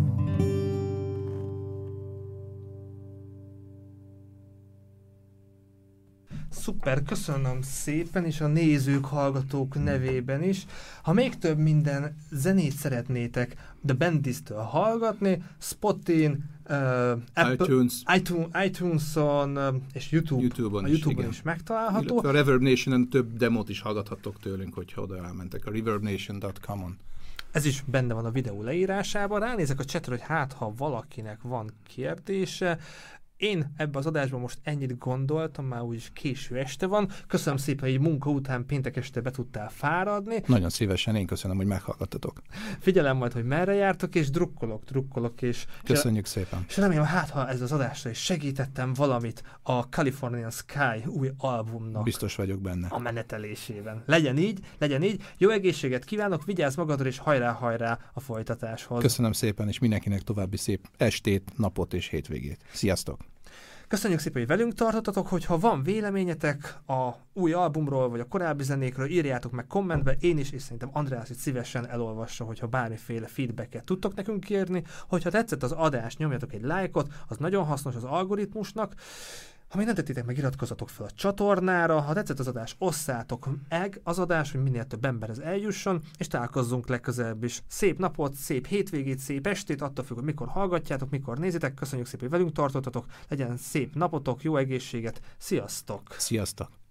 Szuper, köszönöm szépen, és a nézők, hallgatók nevében is. Ha még több minden zenét szeretnétek The Bandits-től hallgatni, Spotin, uh, Apple, iTunes. iTunes, iTunes-on uh, és YouTube, YouTube-on a is, YouTube-on igen. is megtalálható. Illetve a Reverb Nation-en több demót is hallgathattok tőlünk, hogyha oda elmentek a reverb nation dot com-on. Ez is benne van a videó leírásában. Ránézek a chatre, hogy hát ha valakinek van kérdése. Én ebbe az adásban most ennyit gondoltam, már úgyis késő este van. Köszönöm szépen, hogy munka után péntek este be tudtál fáradni. Nagyon szívesen, én köszönöm, hogy meghallgattatok. Figyelem majd, hogy merre jártok, és drukkolok, drukkolok, és... Köszönjük szépen. És remélem, hát ha ez az adásra is segítettem valamit a Californian Sky új albumnak. Biztos vagyok benne. A menetelésében. Legyen így, legyen így. Jó egészséget kívánok, vigyázz magadra, és hajrá, hajrá a folytatáshoz. Köszönöm szépen, és mindenkinek további szép estét, napot és hétvégét. Sziasztok! Köszönjük szépen, hogy velünk tartottatok, hogyha van véleményetek a új albumról, vagy a korábbi zenékről, írjátok meg kommentbe, én is, és szerintem András itt szívesen elolvassa, hogyha bármiféle feedbacket tudtok nekünk írni. Hogyha tetszett az adás, nyomjatok egy lájkot, az nagyon hasznos az algoritmusnak. Ha még nem tettétek meg, iratkozzatok fel a csatornára, ha tetszett az adás, osszátok meg az adás, hogy minél több emberhez eljusson, és találkozzunk legközelebb is. Szép napot, szép hétvégét, szép estét, attól függ, hogy mikor hallgatjátok, mikor nézitek. Köszönjük szépen, hogy velünk tartottatok, legyen szép napotok, jó egészséget, sziasztok! Sziasztok!